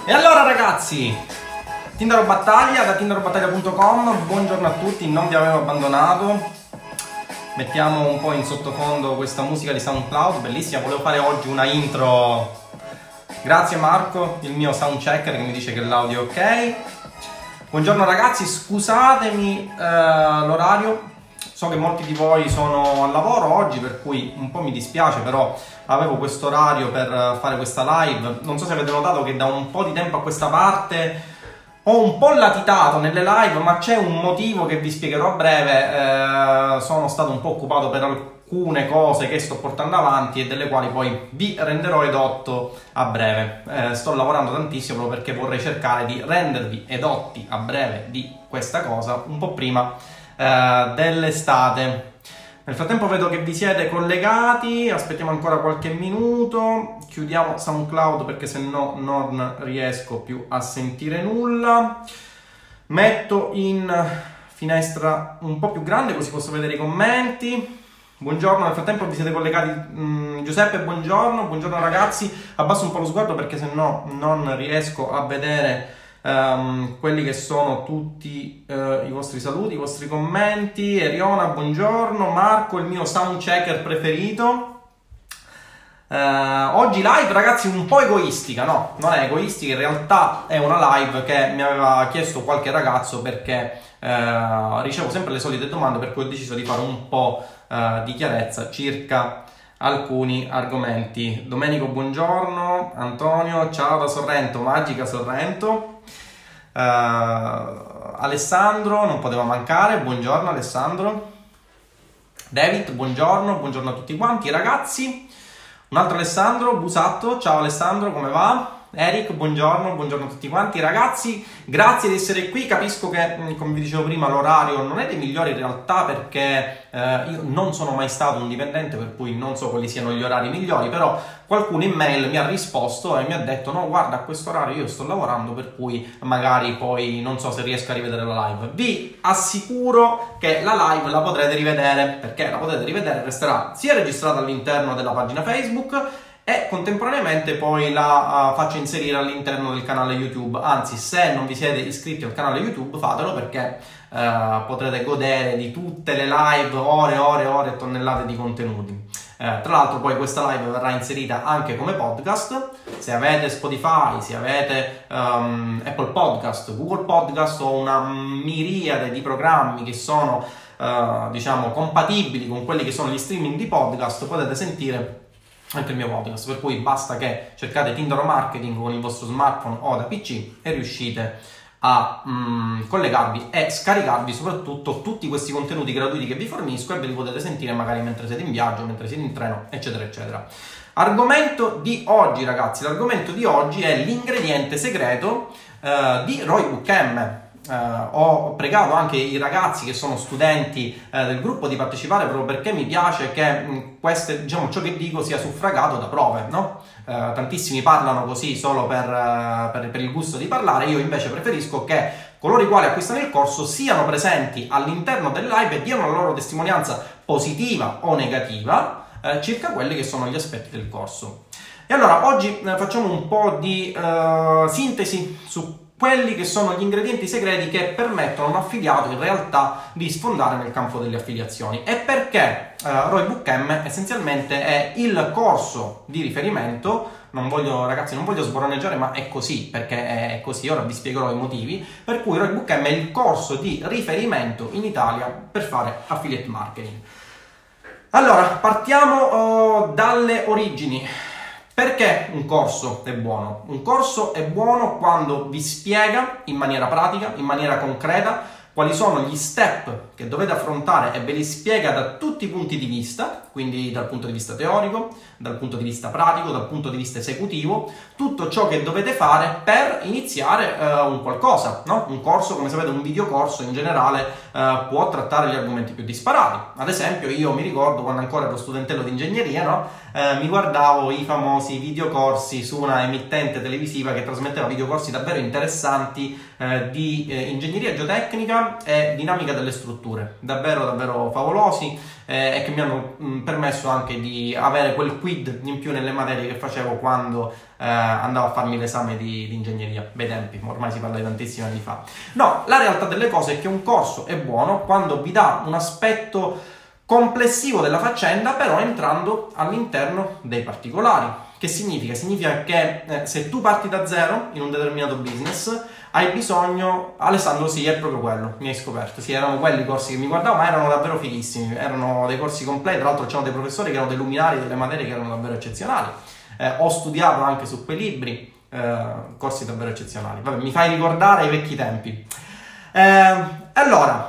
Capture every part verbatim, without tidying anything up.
E allora ragazzi, Tindaro Battaglia da tindaro battaglia punto com, buongiorno a tutti, non vi avevo abbandonato. Mettiamo un po' in sottofondo questa musica di SoundCloud, bellissima. Volevo fare oggi una intro. Grazie Marco, il mio sound checker che mi dice che l'audio è ok. Buongiorno ragazzi, scusatemi eh, l'orario. So che molti di voi sono al lavoro oggi, per cui un po' mi dispiace, però avevo questo orario per fare questa live. Non so se avete notato che da un po' di tempo a questa parte ho un po' latitato nelle live, ma c'è un motivo che vi spiegherò a breve. Eh, sono stato un po' occupato per alcune cose che sto portando avanti e delle quali poi vi renderò edotto a breve. Eh, sto lavorando tantissimo proprio perché vorrei cercare di rendervi edotti a breve di questa cosa un po' prima Uh, dell'estate. Nel frattempo vedo che vi siete collegati, aspettiamo ancora qualche minuto, chiudiamo SoundCloud perché se no non riesco più a sentire nulla. Metto in finestra un po' più grande così posso vedere i commenti. Buongiorno, nel frattempo vi siete collegati. mm, Giuseppe, buongiorno, buongiorno ragazzi. Abbasso un po' lo sguardo perché se no non riesco a vedere Um, quelli che sono tutti uh, i vostri saluti, i vostri commenti. Eriona, buongiorno. Marco, il mio sound checker preferito. Uh, oggi live ragazzi un po' egoistica, no, non è egoistica, in realtà è una live che mi aveva chiesto qualche ragazzo perché uh, ricevo sempre le solite domande, per cui ho deciso di fare un po' uh, di chiarezza circa alcuni argomenti. Domenico, buongiorno. Antonio, ciao da Sorrento, Magica Sorrento. Uh, Alessandro, non poteva mancare, buongiorno Alessandro. David, buongiorno, buongiorno a tutti quanti ragazzi. Un altro Alessandro, Busatto, ciao Alessandro, come va? Eric, buongiorno, buongiorno a tutti quanti ragazzi, grazie di essere qui. Capisco che, come vi dicevo prima, l'orario non è dei migliori in realtà perché eh, io non sono mai stato un dipendente, per cui non so quali siano gli orari migliori, però qualcuno in mail mi ha risposto e mi ha detto no guarda, a questo orario io sto lavorando, per cui magari poi non so se riesco a rivedere la live. Vi assicuro che la live la potrete rivedere, perché la potete rivedere, resterà sia registrata all'interno della pagina Facebook e contemporaneamente poi la uh, faccio inserire all'interno del canale YouTube. Anzi, se non vi siete iscritti al canale YouTube fatelo, perché uh, potrete godere di tutte le live, ore e ore e ore e tonnellate di contenuti. Uh, tra l'altro poi questa live verrà inserita anche come podcast. Se avete Spotify, se avete um, Apple Podcast, Google Podcast o una miriade di programmi che sono uh, diciamo compatibili con quelli che sono gli streaming di podcast, potete sentire anche il mio podcast, per cui basta che cercate Tindaro Marketing con il vostro smartphone o da P C e riuscite a mm, collegarvi e scaricarvi soprattutto tutti questi contenuti gratuiti che vi fornisco e ve li potete sentire magari mentre siete in viaggio, mentre siete in treno, eccetera eccetera. Argomento di oggi ragazzi, l'argomento di oggi è l'ingrediente segreto eh, di Roy Book M. Uh, ho pregato anche i ragazzi che sono studenti uh, del gruppo di partecipare, proprio perché mi piace che mh, queste, diciamo, ciò che dico sia suffragato da prove, no? Uh, tantissimi parlano così solo per, uh, per, per il gusto di parlare. Io invece preferisco che coloro i quali acquistano il corso siano presenti all'interno del live e diano la loro testimonianza positiva o negativa uh, circa quelli che sono gli aspetti del corso. E allora oggi uh, facciamo un po' di uh, sintesi su quelli che sono gli ingredienti segreti che permettono a un affiliato in realtà di sfondare nel campo delle affiliazioni. E perché uh, Roy Book M essenzialmente è il corso di riferimento. Non voglio, ragazzi, non voglio sboroneggiare, ma è così, perché è così, ora vi spiegherò i motivi, per cui Roy Book M è il corso di riferimento in Italia per fare affiliate marketing. Allora, partiamo uh, dalle origini. Perché un corso è buono? Un corso è buono quando vi spiega in maniera pratica, in maniera concreta, quali sono gli step che dovete affrontare e ve li spiega da tutti i punti di vista, quindi dal punto di vista teorico, dal punto di vista pratico, dal punto di vista esecutivo, tutto ciò che dovete fare per iniziare uh, un qualcosa, no? Un corso, come sapete, un videocorso in generale uh, può trattare gli argomenti più disparati. Ad esempio, io mi ricordo quando ancora ero studentello di ingegneria, no? eh, mi guardavo i famosi videocorsi su una emittente televisiva che trasmetteva videocorsi davvero interessanti eh, di eh, ingegneria geotecnica e dinamica delle strutture, davvero davvero favolosi eh, e che mi hanno mh, permesso anche di avere quel quid in più nelle materie che facevo quando eh, andavo a farmi l'esame di, di ingegneria. Bei tempi, ormai si parla di tantissimi anni fa. No, la realtà delle cose è che un corso è buono quando vi dà un aspetto complessivo della faccenda, però entrando all'interno dei particolari. Che significa? Significa che eh, se tu parti da zero in un determinato business hai bisogno... Alessandro, sì, è proprio quello, mi hai scoperto, sì, erano quelli i corsi che mi guardavo, ma erano davvero fighissimi, erano dei corsi completi, tra l'altro c'erano dei professori che erano dei luminari delle materie che erano davvero eccezionali. Eh, ho studiato anche su quei libri, eh, corsi davvero eccezionali. Vabbè, mi fai ricordare i vecchi tempi. Eh, allora,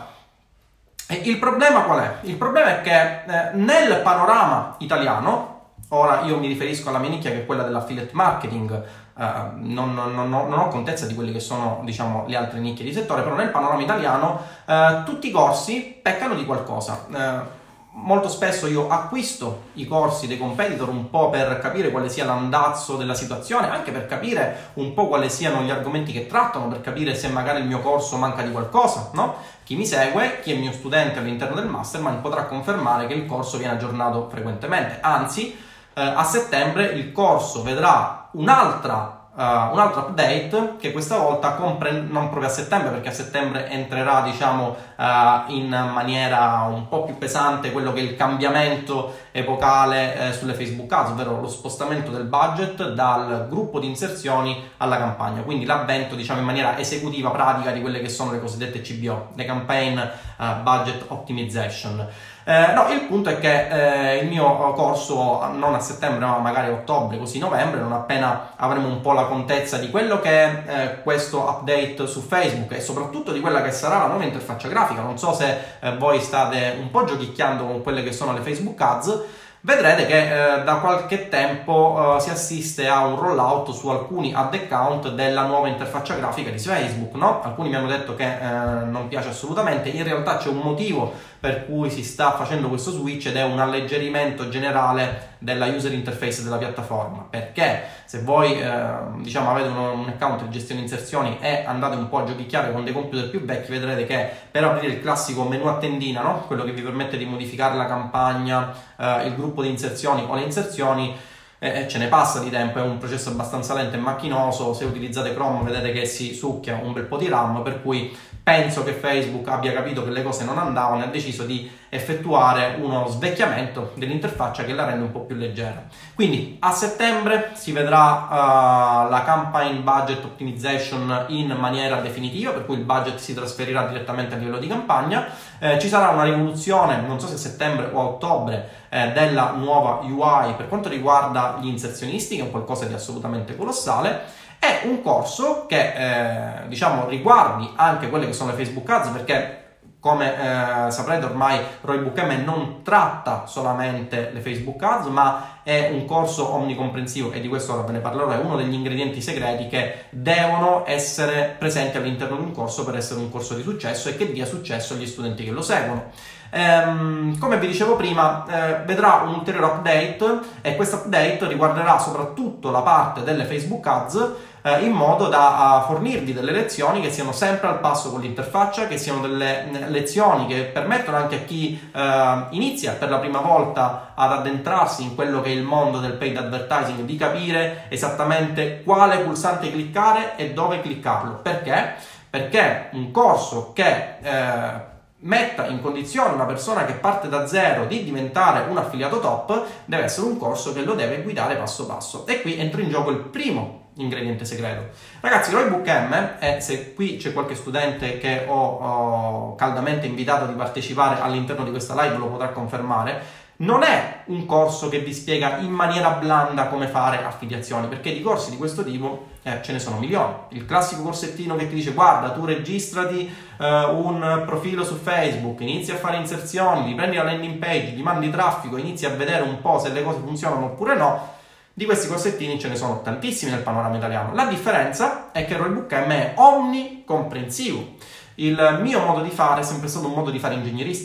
il problema qual è? Il problema è che eh, nel panorama italiano, ora io mi riferisco alla mia nicchia che è quella dell'affiliate marketing, eh, non, non, non, non ho contezza di quelle che sono, diciamo, le altre nicchie di settore, però nel panorama italiano eh, tutti i corsi peccano di qualcosa. Eh, molto spesso io acquisto i corsi dei competitor un po' per capire quale sia l'andazzo della situazione, anche per capire un po' quali siano gli argomenti che trattano, per capire se magari il mio corso manca di qualcosa, no? Chi mi segue, chi è mio studente all'interno del mastermind potrà confermare che il corso viene aggiornato frequentemente, anzi eh, a settembre il corso vedrà un'altra Uh, un altro update che questa volta compre non proprio a settembre, perché a settembre entrerà, diciamo, uh, in maniera un po' più pesante quello che è il cambiamento epocale eh, sulle Facebook Ads, ovvero lo spostamento del budget dal gruppo di inserzioni alla campagna, quindi l'avvento, diciamo, in maniera esecutiva, pratica, di quelle che sono le cosiddette C B O, le Campaign uh, Budget Optimization. Eh, no, il punto è che eh, il mio corso non a settembre ma magari a ottobre, così novembre, non appena avremo un po' la contezza di quello che è eh, questo update su Facebook e soprattutto di quella che sarà la nuova interfaccia grafica. Non so se eh, voi state un po' giochicchiando con quelle che sono le Facebook Ads, vedrete che eh, da qualche tempo eh, si assiste a un rollout su alcuni ad account della nuova interfaccia grafica di Facebook, no? Alcuni mi hanno detto che eh, non piace assolutamente, in realtà c'è un motivo per cui si sta facendo questo switch ed è un alleggerimento generale della user interface della piattaforma, perché se voi eh, diciamo avete un, un account di gestione inserzioni e andate un po' a giochicchiare con dei computer più vecchi, vedrete che per aprire il classico menu a tendina, no? Quello che vi permette di modificare la campagna, eh, il gruppo di inserzioni o le inserzioni, eh, ce ne passa di tempo, è un processo abbastanza lento e macchinoso. Se utilizzate Chrome vedete che si succhia un bel po' di RAM, per cui penso che Facebook abbia capito che le cose non andavano e ha deciso di effettuare uno svecchiamento dell'interfaccia che la rende un po' più leggera. Quindi a settembre si vedrà uh, la Campaign Budget Optimization in maniera definitiva, per cui il budget si trasferirà direttamente a livello di campagna. Eh, ci sarà una rivoluzione, non so se a settembre o a ottobre, eh, della nuova U I per quanto riguarda gli inserzionisti, che è un qualcosa di assolutamente colossale. È un corso che eh, diciamo riguardi anche quelle che sono le Facebook Ads, perché come eh, saprete ormai Roybook M non tratta solamente le Facebook Ads, ma è un corso omnicomprensivo, e di questo ora ve ne parlerò. È uno degli ingredienti segreti che devono essere presenti all'interno di un corso per essere un corso di successo e che dia successo agli studenti che lo seguono. Ehm, come vi dicevo prima, eh, vedrà un ulteriore update, e questo update riguarderà soprattutto la parte delle Facebook Ads, eh, in modo da uh, fornirvi delle lezioni che siano sempre al passo con l'interfaccia, che siano delle lezioni che permettono anche a chi uh, inizia per la prima volta ad addentrarsi in quello che è il mondo del paid advertising di capire esattamente quale pulsante cliccare e dove cliccarlo. Perché? Perché un corso che eh, metta in condizione una persona che parte da zero di diventare un affiliato top deve essere un corso che lo deve guidare passo passo. E qui entra in gioco il primo ingrediente segreto. Ragazzi, Roybook M, e se qui c'è qualche studente che ho, ho caldamente invitato di partecipare all'interno di questa live lo potrà confermare, non è un corso che vi spiega in maniera blanda come fare affiliazioni, perché di corsi di questo tipo eh, ce ne sono milioni. Il classico corsettino che ti dice: guarda, tu registrati eh, un profilo su Facebook, inizi a fare inserzioni, gli prendi la landing page, gli mandi traffico, inizi a vedere un po' se le cose funzionano oppure no. Di questi corsettini ce ne sono tantissimi nel panorama italiano. La differenza è che Roybook M è omnicomprensivo. Il mio modo di fare è sempre stato un modo di fare ingegneristico.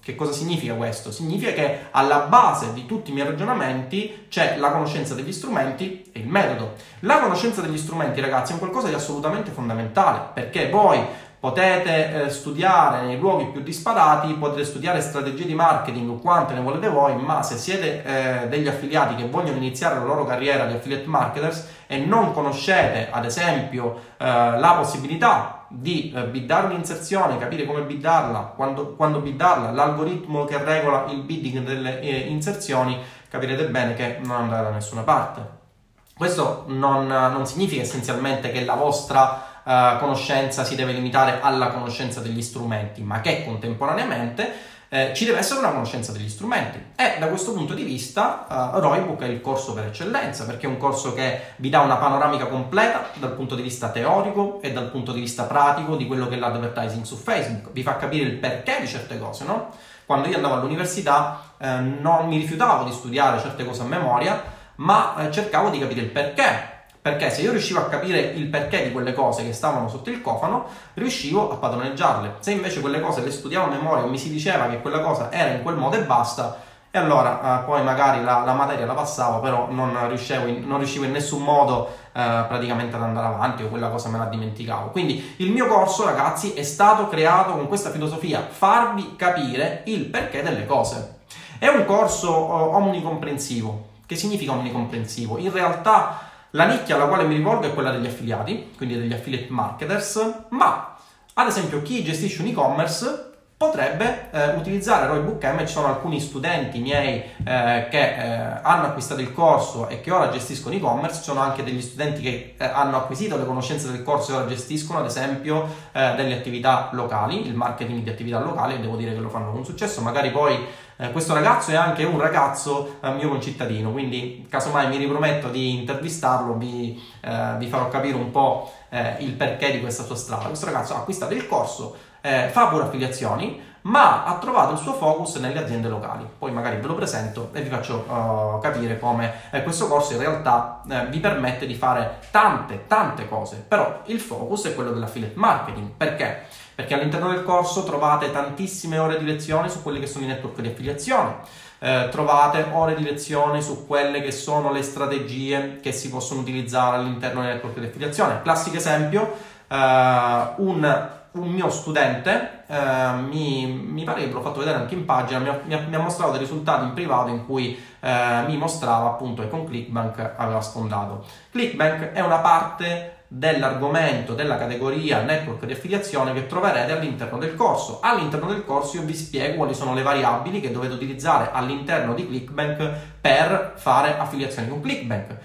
Che cosa significa questo? Significa che alla base di tutti i miei ragionamenti c'è la conoscenza degli strumenti e il metodo. La conoscenza degli strumenti, ragazzi, è un qualcosa di assolutamente fondamentale, perché voi potete eh, studiare nei luoghi più disparati, potete studiare strategie di marketing quante ne volete voi, ma se siete eh, degli affiliati che vogliono iniziare la loro carriera di affiliate marketers e non conoscete, ad esempio, eh, la possibilità di eh, biddare un'inserzione, capire come biddarla, quando, quando biddarla, l'algoritmo che regola il bidding delle eh, inserzioni, capirete bene che non andrà da nessuna parte. Questo non, non significa essenzialmente che la vostra Uh, conoscenza si deve limitare alla conoscenza degli strumenti, ma che contemporaneamente eh, ci deve essere una conoscenza degli strumenti. E da questo punto di vista uh, Roybook è il corso per eccellenza, perché è un corso che vi dà una panoramica completa dal punto di vista teorico e dal punto di vista pratico di quello che è l'advertising su Facebook. Vi fa capire il perché di certe cose, no? Quando io andavo all'università eh, non mi rifiutavo di studiare certe cose a memoria, ma eh, cercavo di capire il perché. Perché se io riuscivo a capire il perché di quelle cose che stavano sotto il cofano, riuscivo a padroneggiarle. Se invece quelle cose le studiavo a memoria o mi si diceva che quella cosa era in quel modo e basta, e allora eh, poi magari la, la materia la passavo, però non riuscivo in, non riuscivo in nessun modo eh, praticamente ad andare avanti, o quella cosa me la dimenticavo. Quindi il mio corso, ragazzi, è stato creato con questa filosofia: farvi capire il perché delle cose. È un corso eh, omnicomprensivo. Che significa omnicomprensivo? In realtà la nicchia alla quale mi rivolgo è quella degli affiliati, quindi degli affiliate marketers, ma ad esempio chi gestisce un e-commerce potrebbe eh, utilizzare Roybook M. Ci sono alcuni studenti miei eh, che eh, hanno acquistato il corso e che ora gestiscono e-commerce. Ci sono anche degli studenti che eh, hanno acquisito le conoscenze del corso e ora gestiscono ad esempio eh, delle attività locali, il marketing di attività locali, e devo dire che lo fanno con successo. Magari poi eh, questo ragazzo è anche un ragazzo eh, mio concittadino, quindi casomai mi riprometto di intervistarlo, vi, eh, vi farò capire un po' eh, il perché di questa sua strada. Questo ragazzo ha acquistato il corso, Eh, fa pure affiliazioni, ma ha trovato il suo focus nelle aziende locali. Poi magari ve lo presento e vi faccio uh, capire come eh, questo corso in realtà eh, vi permette di fare tante, tante cose, però il focus è quello dell'affiliate marketing. Perché? Perché all'interno del corso trovate tantissime ore di lezione su quelli che sono i network di affiliazione, eh, trovate ore di lezione su quelle che sono le strategie che si possono utilizzare all'interno dei network di affiliazione. Classico esempio, eh, un un mio studente, eh, mi, mi pare che ve l'ho fatto vedere anche in pagina, mi ha, mi ha, mi ha mostrato dei risultati in privato in cui eh, mi mostrava appunto che con ClickBank aveva sfondato. ClickBank è una parte dell'argomento, della categoria network di affiliazione che troverete all'interno del corso. All'interno del corso io vi spiego quali sono le variabili che dovete utilizzare all'interno di ClickBank per fare affiliazioni con ClickBank.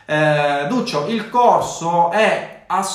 Eh, Duccio, il corso è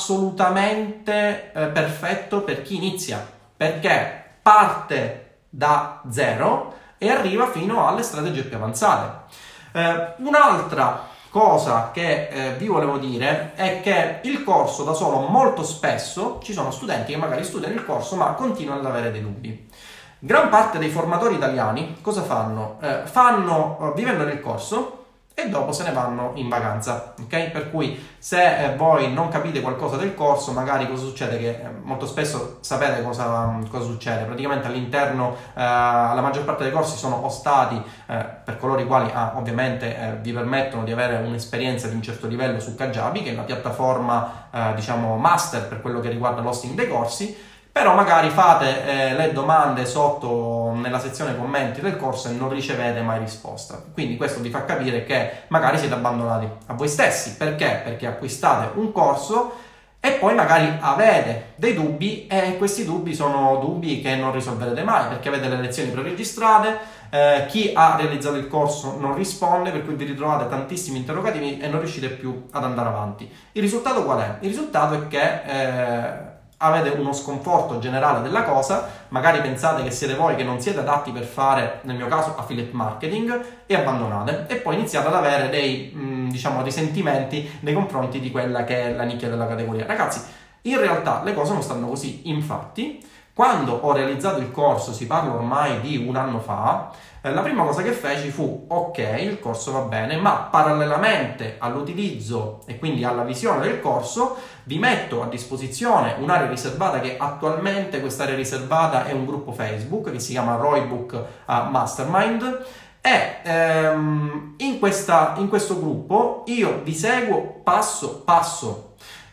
assolutamente eh, perfetto per chi inizia, perché parte da zero e arriva fino alle strategie più avanzate. Eh, un'altra cosa che eh, vi volevo dire è che il corso da solo, molto spesso ci sono studenti che magari studiano il corso ma continuano ad avere dei dubbi. Gran parte dei formatori italiani cosa fanno? Eh, fanno, vivendo nel corso, e dopo se ne vanno in vacanza, ok? Per cui se eh, voi non capite qualcosa del corso, magari cosa succede? Che eh, molto spesso sapete cosa, cosa succede. Praticamente all'interno eh, la maggior parte dei corsi sono ostati eh, per coloro i quali ah, ovviamente eh, vi permettono di avere un'esperienza di un certo livello su Kajabi, che è la piattaforma eh, diciamo master per quello che riguarda l'hosting dei corsi. Però magari fate eh, le domande sotto nella sezione commenti del corso e non ricevete mai risposta. Quindi questo vi fa capire che magari siete abbandonati a voi stessi. Perché? Perché acquistate un corso e poi magari avete dei dubbi, e questi dubbi sono dubbi che non risolverete mai, perché avete le lezioni preregistrate, eh, chi ha realizzato il corso non risponde, per cui vi ritrovate tantissimi interrogativi e non riuscite più ad andare avanti. Il risultato qual è? Il risultato è che eh, avete uno sconforto generale della cosa, magari pensate che siete voi che non siete adatti per fare, nel mio caso, affiliate marketing, e abbandonate, e poi iniziate ad avere dei, mh, diciamo, risentimenti nei confronti di quella che è la nicchia della categoria. Ragazzi, in realtà le cose non stanno così. Infatti, Quando ho realizzato il corso, si parla ormai di un anno fa, eh, la prima cosa che feci fu: ok, il corso va bene, ma parallelamente all'utilizzo e quindi alla visione del corso vi metto a disposizione un'area riservata, che attualmente quest'area riservata è un gruppo Facebook che si chiama Roybook uh, Mastermind. E ehm, in, questa, in questo gruppo io vi seguo passo passo.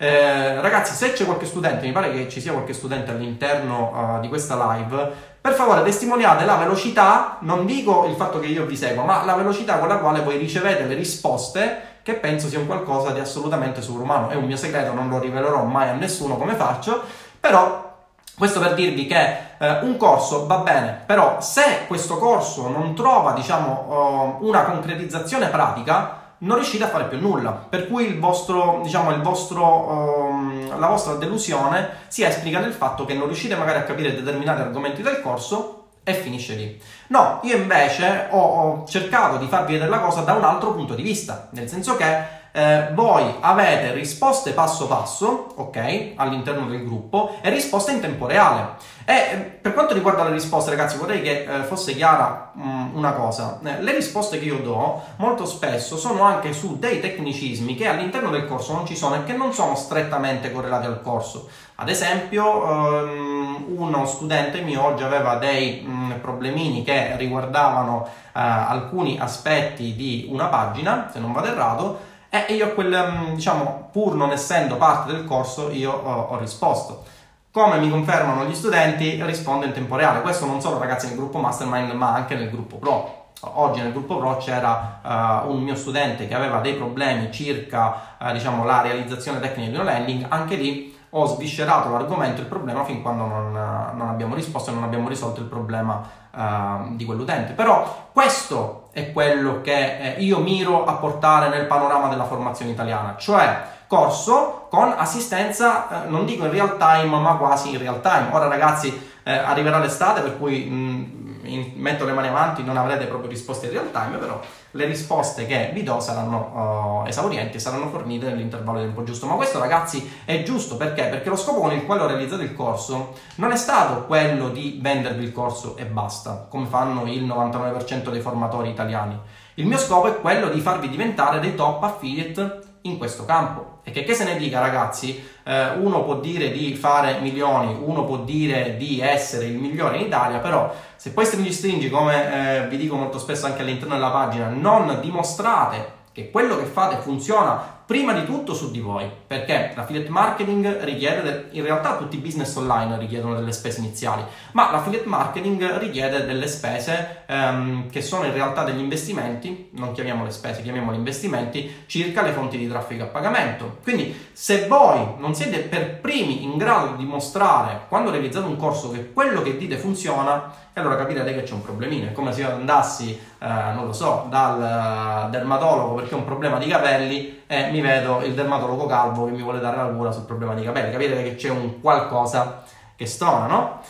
Eh, ragazzi, se c'è qualche studente, mi pare che ci sia qualche studente all'interno uh, di questa live, per favore testimoniate la velocità, non dico il fatto che io vi seguo, ma la velocità con la quale voi ricevete le risposte, che penso sia un qualcosa di assolutamente sovrumano. È un mio segreto, non lo rivelerò mai a nessuno come faccio, però questo per dirvi che eh, un corso va bene, però se questo corso non trova, diciamo, uh, una concretizzazione pratica, non riuscite a fare più nulla, per cui il vostro, diciamo, il vostro, um, la vostra delusione si esplica nel fatto che non riuscite magari a capire determinati argomenti del corso e finisce lì. No, io invece ho, ho cercato di farvi vedere la cosa da un altro punto di vista, nel senso che eh, voi avete risposte passo passo, ok, all'interno del gruppo, e risposte in tempo reale. E per quanto riguarda le risposte, ragazzi, vorrei che eh, fosse chiara mh, una cosa. Eh, le risposte che io do molto spesso sono anche su dei tecnicismi che all'interno del corso non ci sono e che non sono strettamente correlati al corso. Ad esempio, ehm, uno studente mio oggi aveva dei mh, problemini che riguardavano eh, alcuni aspetti di una pagina, se non vado errato, e io a quel, diciamo, pur non essendo parte del corso, io ho, ho risposto. Come mi confermano gli studenti, rispondo in tempo reale. Questo non solo, ragazzi, nel gruppo Mastermind, ma anche nel gruppo Pro. Oggi nel gruppo Pro c'era uh, un mio studente che aveva dei problemi circa uh, diciamo, la realizzazione tecnica di una landing. Anche lì ho sviscerato l'argomento, il problema, fin quando non, non abbiamo risposto e non abbiamo risolto il problema uh, di quell'utente. Però questo è quello che eh, io miro a portare nel panorama della formazione italiana, cioè corso con assistenza, eh, non dico in real time, ma quasi in real time. Ora, ragazzi, eh, arriverà l'estate, per cui mh, in, metto le mani avanti, non avrete proprio risposte in real time, però le risposte che vi do saranno uh, esaurienti e saranno fornite nell'intervallo di tempo giusto. Ma questo, ragazzi, è giusto perché? Perché lo scopo con il quale ho realizzato il corso non è stato quello di vendervi il corso e basta, come fanno il novantanove per cento dei formatori italiani. Il mio scopo è quello di farvi diventare dei top affiliate in questo campo. E che, che se ne dica, ragazzi, eh, uno può dire di fare milioni, uno può dire di essere il migliore in Italia, però se poi stringi stringi, come eh, vi dico molto spesso anche all'interno della pagina, non dimostrate che quello che fate funziona prima di tutto su di voi, perché l'affiliate marketing richiede, del, in realtà tutti i business online richiedono delle spese iniziali, ma l'affiliate marketing richiede delle spese ehm, che sono in realtà degli investimenti, non chiamiamole spese, chiamiamoli investimenti, circa le fonti di traffico a pagamento. Quindi se voi non siete per primi in grado di dimostrare, quando realizzate un corso, che quello che dite funziona, allora capirete che c'è un problemino. È come se io andassi, eh, non lo so, dal uh, dermatologo perché ho un problema di capelli e mi vedo il dermatologo calvo che mi vuole dare la cura sul problema di capelli. Capite che c'è un qualcosa che stona, no?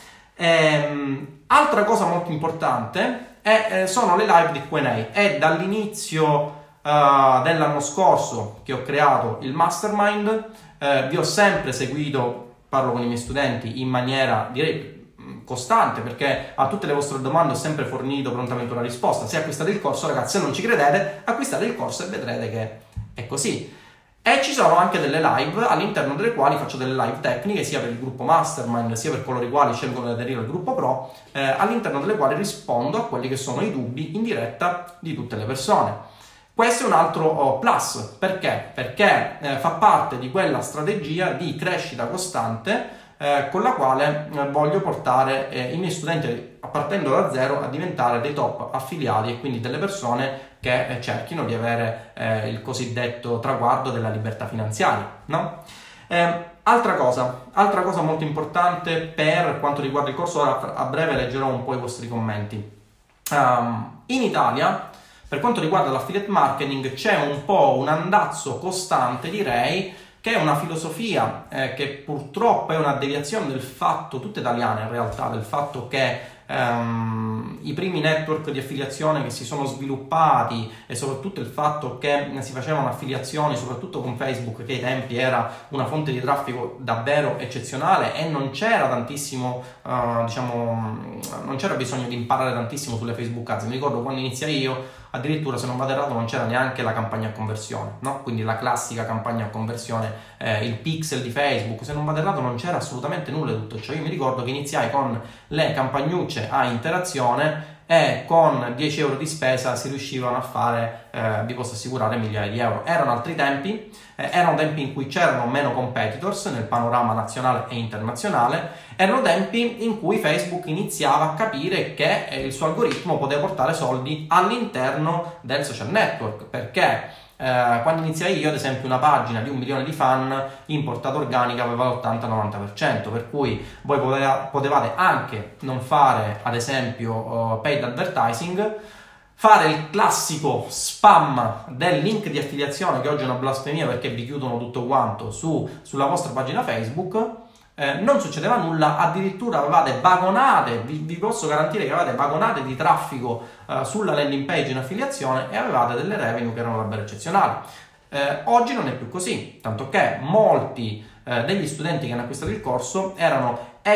Ehm, altra cosa molto importante è, eh, sono le live di Q and A. È dall'inizio uh, dell'anno scorso che ho creato il Mastermind. Eh, vi ho sempre seguito, parlo con i miei studenti in maniera, direi, costante, perché a tutte le vostre domande ho sempre fornito prontamente una risposta. Se acquistate il corso, ragazzi, se non ci credete, acquistate il corso e vedrete che è così. E ci sono anche delle live all'interno delle quali faccio delle live tecniche, sia per il gruppo Mastermind sia per coloro i quali scelgono di aderire al gruppo Pro, eh, all'interno delle quali rispondo a quelli che sono i dubbi in diretta di tutte le persone. Questo è un altro oh, plus. Perché? Perché eh, fa parte di quella strategia di crescita costante Eh, con la quale eh, voglio portare eh, i miei studenti, partendo da zero, a diventare dei top affiliati e quindi delle persone che eh, cerchino di avere eh, il cosiddetto traguardo della libertà finanziaria, no? Eh, altra cosa, altra cosa molto importante per quanto riguarda il corso, ora a breve leggerò un po' i vostri commenti. Um, in Italia, per quanto riguarda l'affiliate marketing, c'è un po' un andazzo costante, direi, che è una filosofia eh, che purtroppo è una deviazione del fatto, tutta italiana in realtà, del fatto che ehm, i primi network di affiliazione che si sono sviluppati e soprattutto il fatto che si facevano affiliazioni soprattutto con Facebook, che ai tempi era una fonte di traffico davvero eccezionale e non c'era tantissimo, eh, diciamo, non c'era bisogno di imparare tantissimo sulle Facebook Ads. Mi ricordo quando iniziai io, addirittura se non vado errato non c'era neanche la campagna a conversione, no? Quindi la classica campagna a conversione, eh, il pixel di Facebook, se non vado errato non c'era assolutamente nulla di tutto ciò. Io mi ricordo che iniziai con le campagnucce a interazione e con dieci euro di spesa si riuscivano a fare, eh, vi posso assicurare, migliaia di euro. Erano altri tempi, eh, erano tempi in cui c'erano meno competitors nel panorama nazionale e internazionale, erano tempi in cui Facebook iniziava a capire che eh, il suo algoritmo poteva portare soldi all'interno del social network, perché Eh, quando iniziai io, ad esempio, una pagina di un milione di fan in portata organica aveva l'ottanta novanta per cento, per cui voi poteva, potevate anche non fare, ad esempio, uh, paid advertising, fare il classico spam del link di affiliazione, che oggi è una blasfemia perché vi chiudono tutto quanto su, sulla vostra pagina Facebook. Eh, non succedeva nulla, addirittura avevate vagonate, vi, vi posso garantire che avevate vagonate di traffico eh, sulla landing page in affiliazione e avevate delle revenue che erano davvero eccezionali. Eh, oggi non è più così, tanto che molti eh, degli studenti che hanno acquistato il corso erano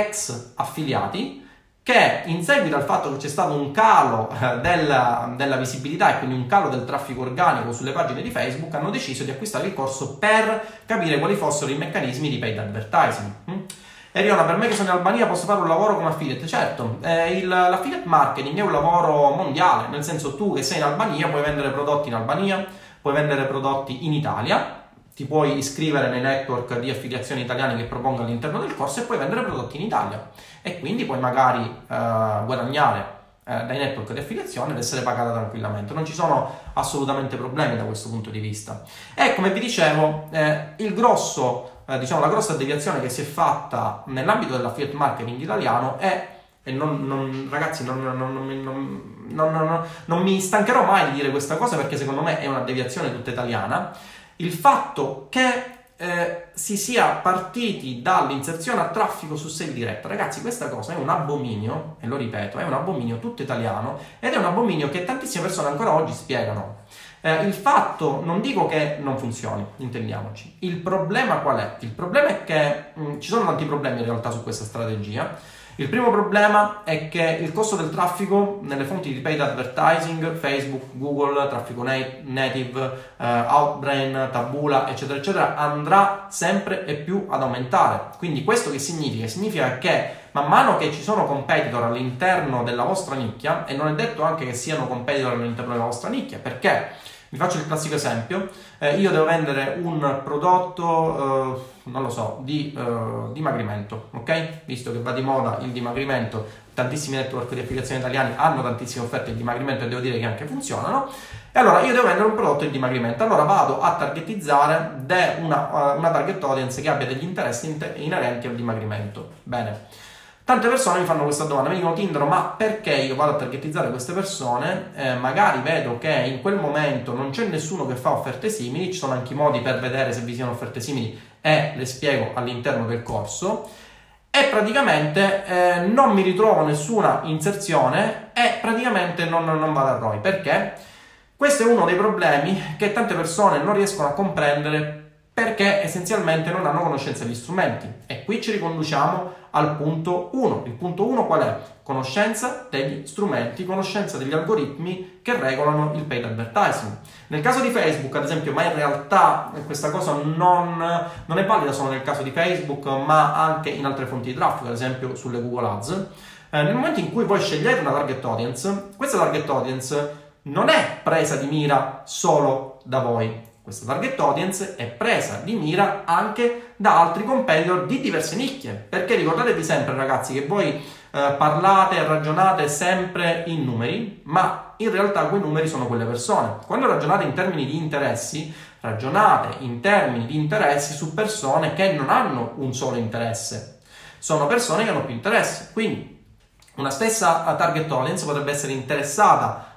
ex affiliati che, in seguito al fatto che c'è stato un calo eh, della, della visibilità e quindi un calo del traffico organico sulle pagine di Facebook, hanno deciso di acquistare il corso per capire quali fossero i meccanismi di paid advertising. Mm? Eriona, per me che sono in Albania posso fare un lavoro come affiliate? Certo, eh, il, l'affiliate marketing è un lavoro mondiale, nel senso, tu che sei in Albania puoi vendere prodotti in Albania, puoi vendere prodotti in Italia, ti puoi iscrivere nei network di affiliazioni italiani che propongo all'interno del corso e puoi vendere prodotti in Italia, e quindi puoi magari eh, guadagnare eh, dai network di affiliazione ed essere pagata tranquillamente. Non ci sono assolutamente problemi da questo punto di vista. E come vi dicevo, eh, il grosso, eh, diciamo la grossa deviazione che si è fatta nell'ambito dell'affiliate marketing italiano è, e non, non, ragazzi non, non, non, non, non, non, non mi stancherò mai di dire questa cosa, perché secondo me è una deviazione tutta italiana, il fatto che eh, si sia partiti dall'inserzione a traffico su sale diretta. Ragazzi, questa cosa è un abominio, e lo ripeto, è un abominio tutto italiano, ed è un abominio che tantissime persone ancora oggi spiegano. Eh, il fatto, non dico che non funzioni, intendiamoci, il problema qual è? Il problema è che mh, ci sono tanti problemi in realtà su questa strategia. Il primo problema è che il costo del traffico nelle fonti di paid advertising, Facebook, Google, traffico native, eh, Outbrain, Taboola, eccetera, eccetera, andrà sempre e più ad aumentare. Quindi questo che significa? Significa che man mano che ci sono competitor all'interno della vostra nicchia, e non è detto anche che siano competitor all'interno della vostra nicchia, perché vi faccio il classico esempio, eh, io devo vendere un prodotto, eh, non lo so, di eh, dimagrimento, ok? Visto che va di moda il dimagrimento, tantissimi network di affiliazione italiani hanno tantissime offerte di dimagrimento e devo dire che anche funzionano, e allora io devo vendere un prodotto di dimagrimento, allora vado a targetizzare de una, uh, una target audience che abbia degli interessi inerenti al dimagrimento. Bene. Tante persone mi fanno questa domanda, mi dicono: Tindaro, ma perché io vado a targetizzare queste persone? Eh, magari vedo che in quel momento non c'è nessuno che fa offerte simili, ci sono anche i modi per vedere se vi siano offerte simili e le spiego all'interno del corso, e praticamente eh, non mi ritrovo nessuna inserzione e praticamente non, non vado a R O I. Perché? Questo è uno dei problemi che tante persone non riescono a comprendere, perché essenzialmente non hanno conoscenza degli strumenti. E qui ci riconduciamo al punto uno. Il punto uno qual è? Conoscenza degli strumenti, conoscenza degli algoritmi che regolano il paid advertising. Nel caso di Facebook, ad esempio, ma in realtà questa cosa non, non è valida solo nel caso di Facebook, ma anche in altre fonti di traffico, ad esempio sulle Google Ads. Eh, nel momento in cui voi scegliete una target audience, questa target audience non è presa di mira solo da voi. Questa target audience è presa di mira anche da altri competitor di diverse nicchie, perché ricordatevi sempre, ragazzi, che voi eh, parlate e ragionate sempre in numeri, ma in realtà quei numeri sono quelle persone. Quando ragionate in termini di interessi, ragionate in termini di interessi su persone che non hanno un solo interesse, sono persone che hanno più interessi. Quindi una stessa target audience potrebbe essere interessata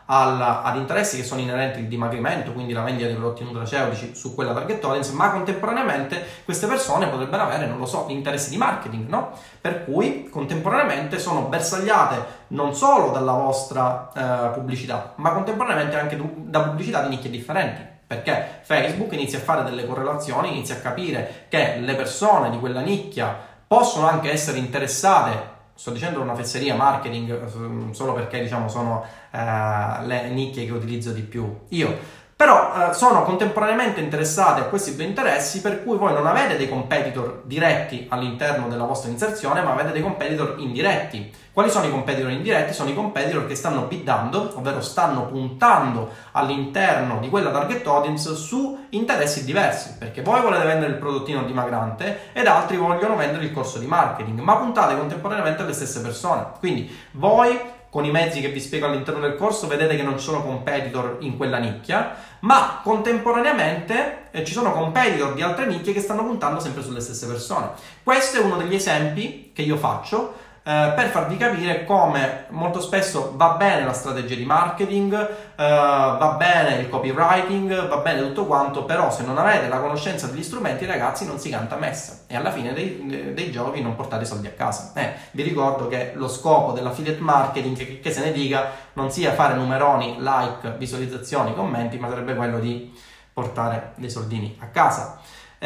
al, ad interessi che sono inerenti al dimagrimento, quindi la vendita di prodotti nutraceutici su quella target audience, ma contemporaneamente queste persone potrebbero avere, non lo so, interessi di marketing, no? Per cui contemporaneamente sono bersagliate non solo dalla vostra eh, pubblicità, ma contemporaneamente anche da pubblicità di nicchie differenti. Perché Facebook inizia a fare delle correlazioni, inizia a capire che le persone di quella nicchia possono anche essere interessate. Sto dicendo una fesseria marketing solo perché, diciamo, sono eh, le nicchie che utilizzo di più io, però eh, sono contemporaneamente interessate a questi due interessi, per cui voi non avete dei competitor diretti all'interno della vostra inserzione, ma avete dei competitor indiretti. Quali sono i competitor indiretti? Sono i competitor che stanno biddando, ovvero stanno puntando all'interno di quella target audience su interessi diversi, perché voi volete vendere il prodottino dimagrante ed altri vogliono vendere il corso di marketing, ma puntate contemporaneamente alle stesse persone. Quindi voi, con i mezzi che vi spiego all'interno del corso, vedete che non ci sono competitor in quella nicchia, ma contemporaneamente eh, ci sono competitor di altre nicchie che stanno puntando sempre sulle stesse persone. Questo è uno degli esempi che io faccio eh, per farvi capire come molto spesso va bene la strategia di marketing, eh, va bene il copywriting, va bene tutto quanto, però se non avete la conoscenza degli strumenti, ragazzi, non si canta messa e alla fine dei, dei giochi non portate i soldi a casa. Eh, vi ricordo che lo scopo dell'affiliate marketing, che, che se ne dica, non sia fare numeroni, like, visualizzazioni, commenti, ma sarebbe quello di portare dei soldini a casa.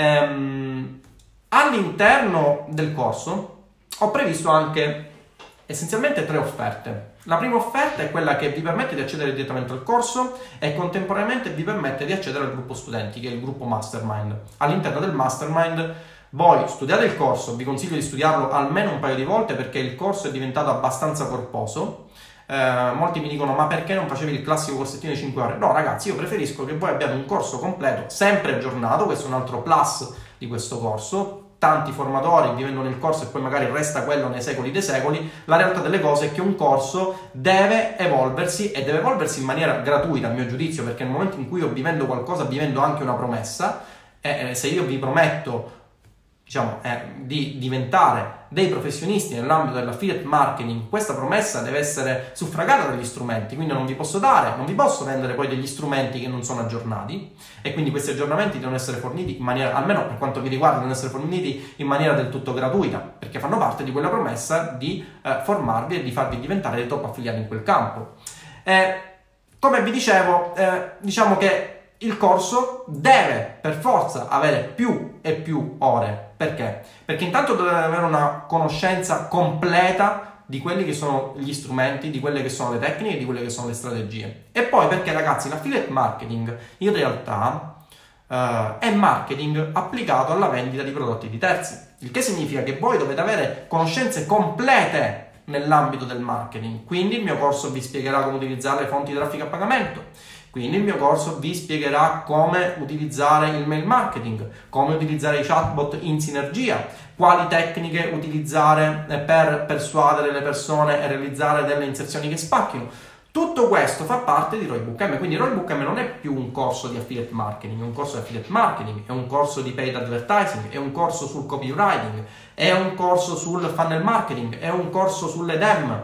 Ehm, all'interno del corso ho previsto anche essenzialmente tre offerte. La prima offerta è quella che vi permette di accedere direttamente al corso e contemporaneamente vi permette di accedere al gruppo studenti, che è il gruppo Mastermind. All'interno del Mastermind voi studiate il corso, vi consiglio di studiarlo almeno un paio di volte perché il corso è diventato abbastanza corposo. Eh, molti mi dicono: ma perché non facevi il classico corsettino di cinque ore? No ragazzi, io preferisco che voi abbiate un corso completo, sempre aggiornato. Questo è un altro plus di questo corso. Tanti formatori vi vendono il corso e poi magari resta quello nei secoli dei secoli. La realtà delle cose è che un corso deve evolversi e deve evolversi in maniera gratuita, a mio giudizio, perché nel momento in cui io vi vendo qualcosa vi vendo anche una promessa, e se io vi prometto, diciamo, eh, di diventare dei professionisti nell'ambito dell'affiliate marketing, questa promessa deve essere suffragata dagli strumenti, quindi non vi posso dare, non vi posso vendere poi degli strumenti che non sono aggiornati, e quindi questi aggiornamenti devono essere forniti in maniera, almeno per quanto mi riguarda, devono essere forniti in maniera del tutto gratuita, perché fanno parte di quella promessa di eh, formarvi e di farvi diventare dei top affiliati in quel campo. Eh, come vi dicevo, eh, diciamo che il corso deve per forza avere più e più ore. Perché? Perché intanto dovete avere una conoscenza completa di quelli che sono gli strumenti, di quelle che sono le tecniche, di quelle che sono le strategie. E poi perché, ragazzi, l'affiliate marketing in realtà uh, è marketing applicato alla vendita di prodotti di terzi. Il che significa che voi dovete avere conoscenze complete nell'ambito del marketing. Quindi il mio corso vi spiegherà come utilizzare le fonti di traffico a pagamento. Quindi il mio corso vi spiegherà come utilizzare il mail marketing, come utilizzare i chatbot in sinergia, quali tecniche utilizzare per persuadere le persone e realizzare delle inserzioni che spacchino. Tutto questo fa parte di Roybook M, quindi Roybook M non è più un corso di affiliate marketing, è un corso di affiliate marketing, è un corso di paid advertising, è un corso sul copywriting, è un corso sul funnel marketing, è un corso sulle D E M.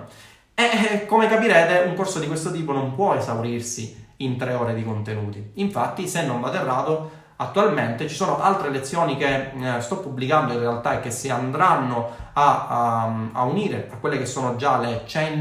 E come capirete, un corso di questo tipo non può esaurirsi in tre ore di contenuti. Infatti, se non vado errato, attualmente ci sono altre lezioni che eh, sto pubblicando in realtà e che si andranno a, a, a unire a quelle che sono già le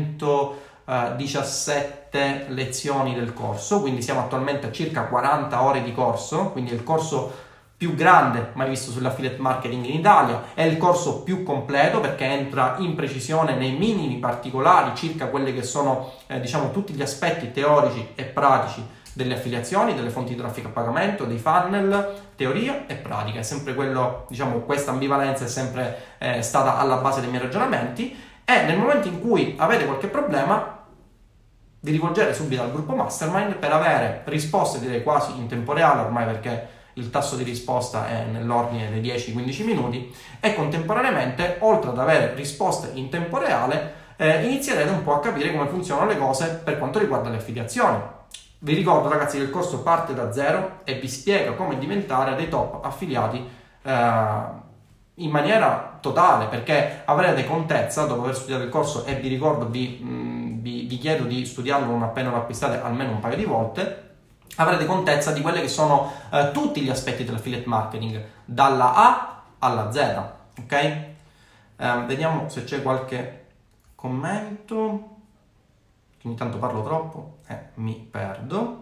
centodiciassette lezioni del corso, quindi siamo attualmente a circa quaranta ore di corso, quindi è il corso più grande mai visto sull'affiliate marketing in Italia, è il corso più completo perché entra in precisione nei minimi particolari circa quelli che sono eh, diciamo tutti gli aspetti teorici e pratici delle affiliazioni, delle fonti di traffico a pagamento, dei funnel, teoria e pratica. È sempre quello, diciamo, questa ambivalenza è sempre eh, stata alla base dei miei ragionamenti, e nel momento in cui avete qualche problema vi rivolgete subito al gruppo Mastermind per avere risposte, direi quasi in tempo reale ormai, perché il tasso di risposta è nell'ordine dei dieci quindici minuti, e contemporaneamente, oltre ad avere risposte in tempo reale, eh, inizierete un po' a capire come funzionano le cose per quanto riguarda le affiliazioni. Vi ricordo, ragazzi, che il corso parte da zero e vi spiega come diventare dei top affiliati eh, in maniera totale, perché avrete contezza dopo aver studiato il corso, e vi ricordo, vi, mh, vi, vi chiedo di studiarlo non appena lo acquistate almeno un paio di volte, avrete contezza di quelli che sono eh, tutti gli aspetti dell'affiliate marketing, dalla A alla Z, ok? Eh, vediamo se c'è qualche commento. Ogni tanto parlo troppo e eh, mi perdo.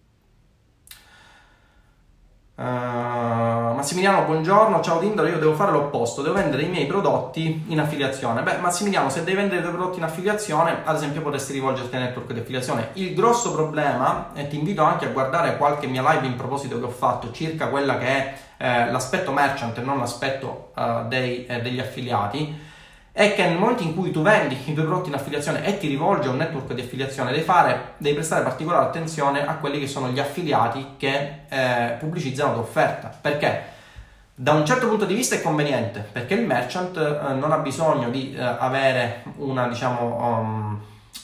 Uh, Massimiliano, buongiorno, ciao Tindaro, io devo fare l'opposto, devo vendere i miei prodotti in affiliazione. Beh, Massimiliano, se devi vendere i tuoi prodotti in affiliazione, ad esempio potresti rivolgerti al network di affiliazione. Il grosso problema, e ti invito anche a guardare qualche mia live in proposito che ho fatto circa quella che è eh, l'aspetto merchant e non l'aspetto uh, dei, eh, degli affiliati, è che nel momento in cui tu vendi i tuoi prodotti in affiliazione e ti rivolgi a un network di affiliazione, devi, fare, devi prestare particolare attenzione a quelli che sono gli affiliati che eh, pubblicizzano la tua offerta. Perché? Da un certo punto di vista è conveniente, perché il merchant eh, non ha bisogno di eh, avere una, diciamo, um,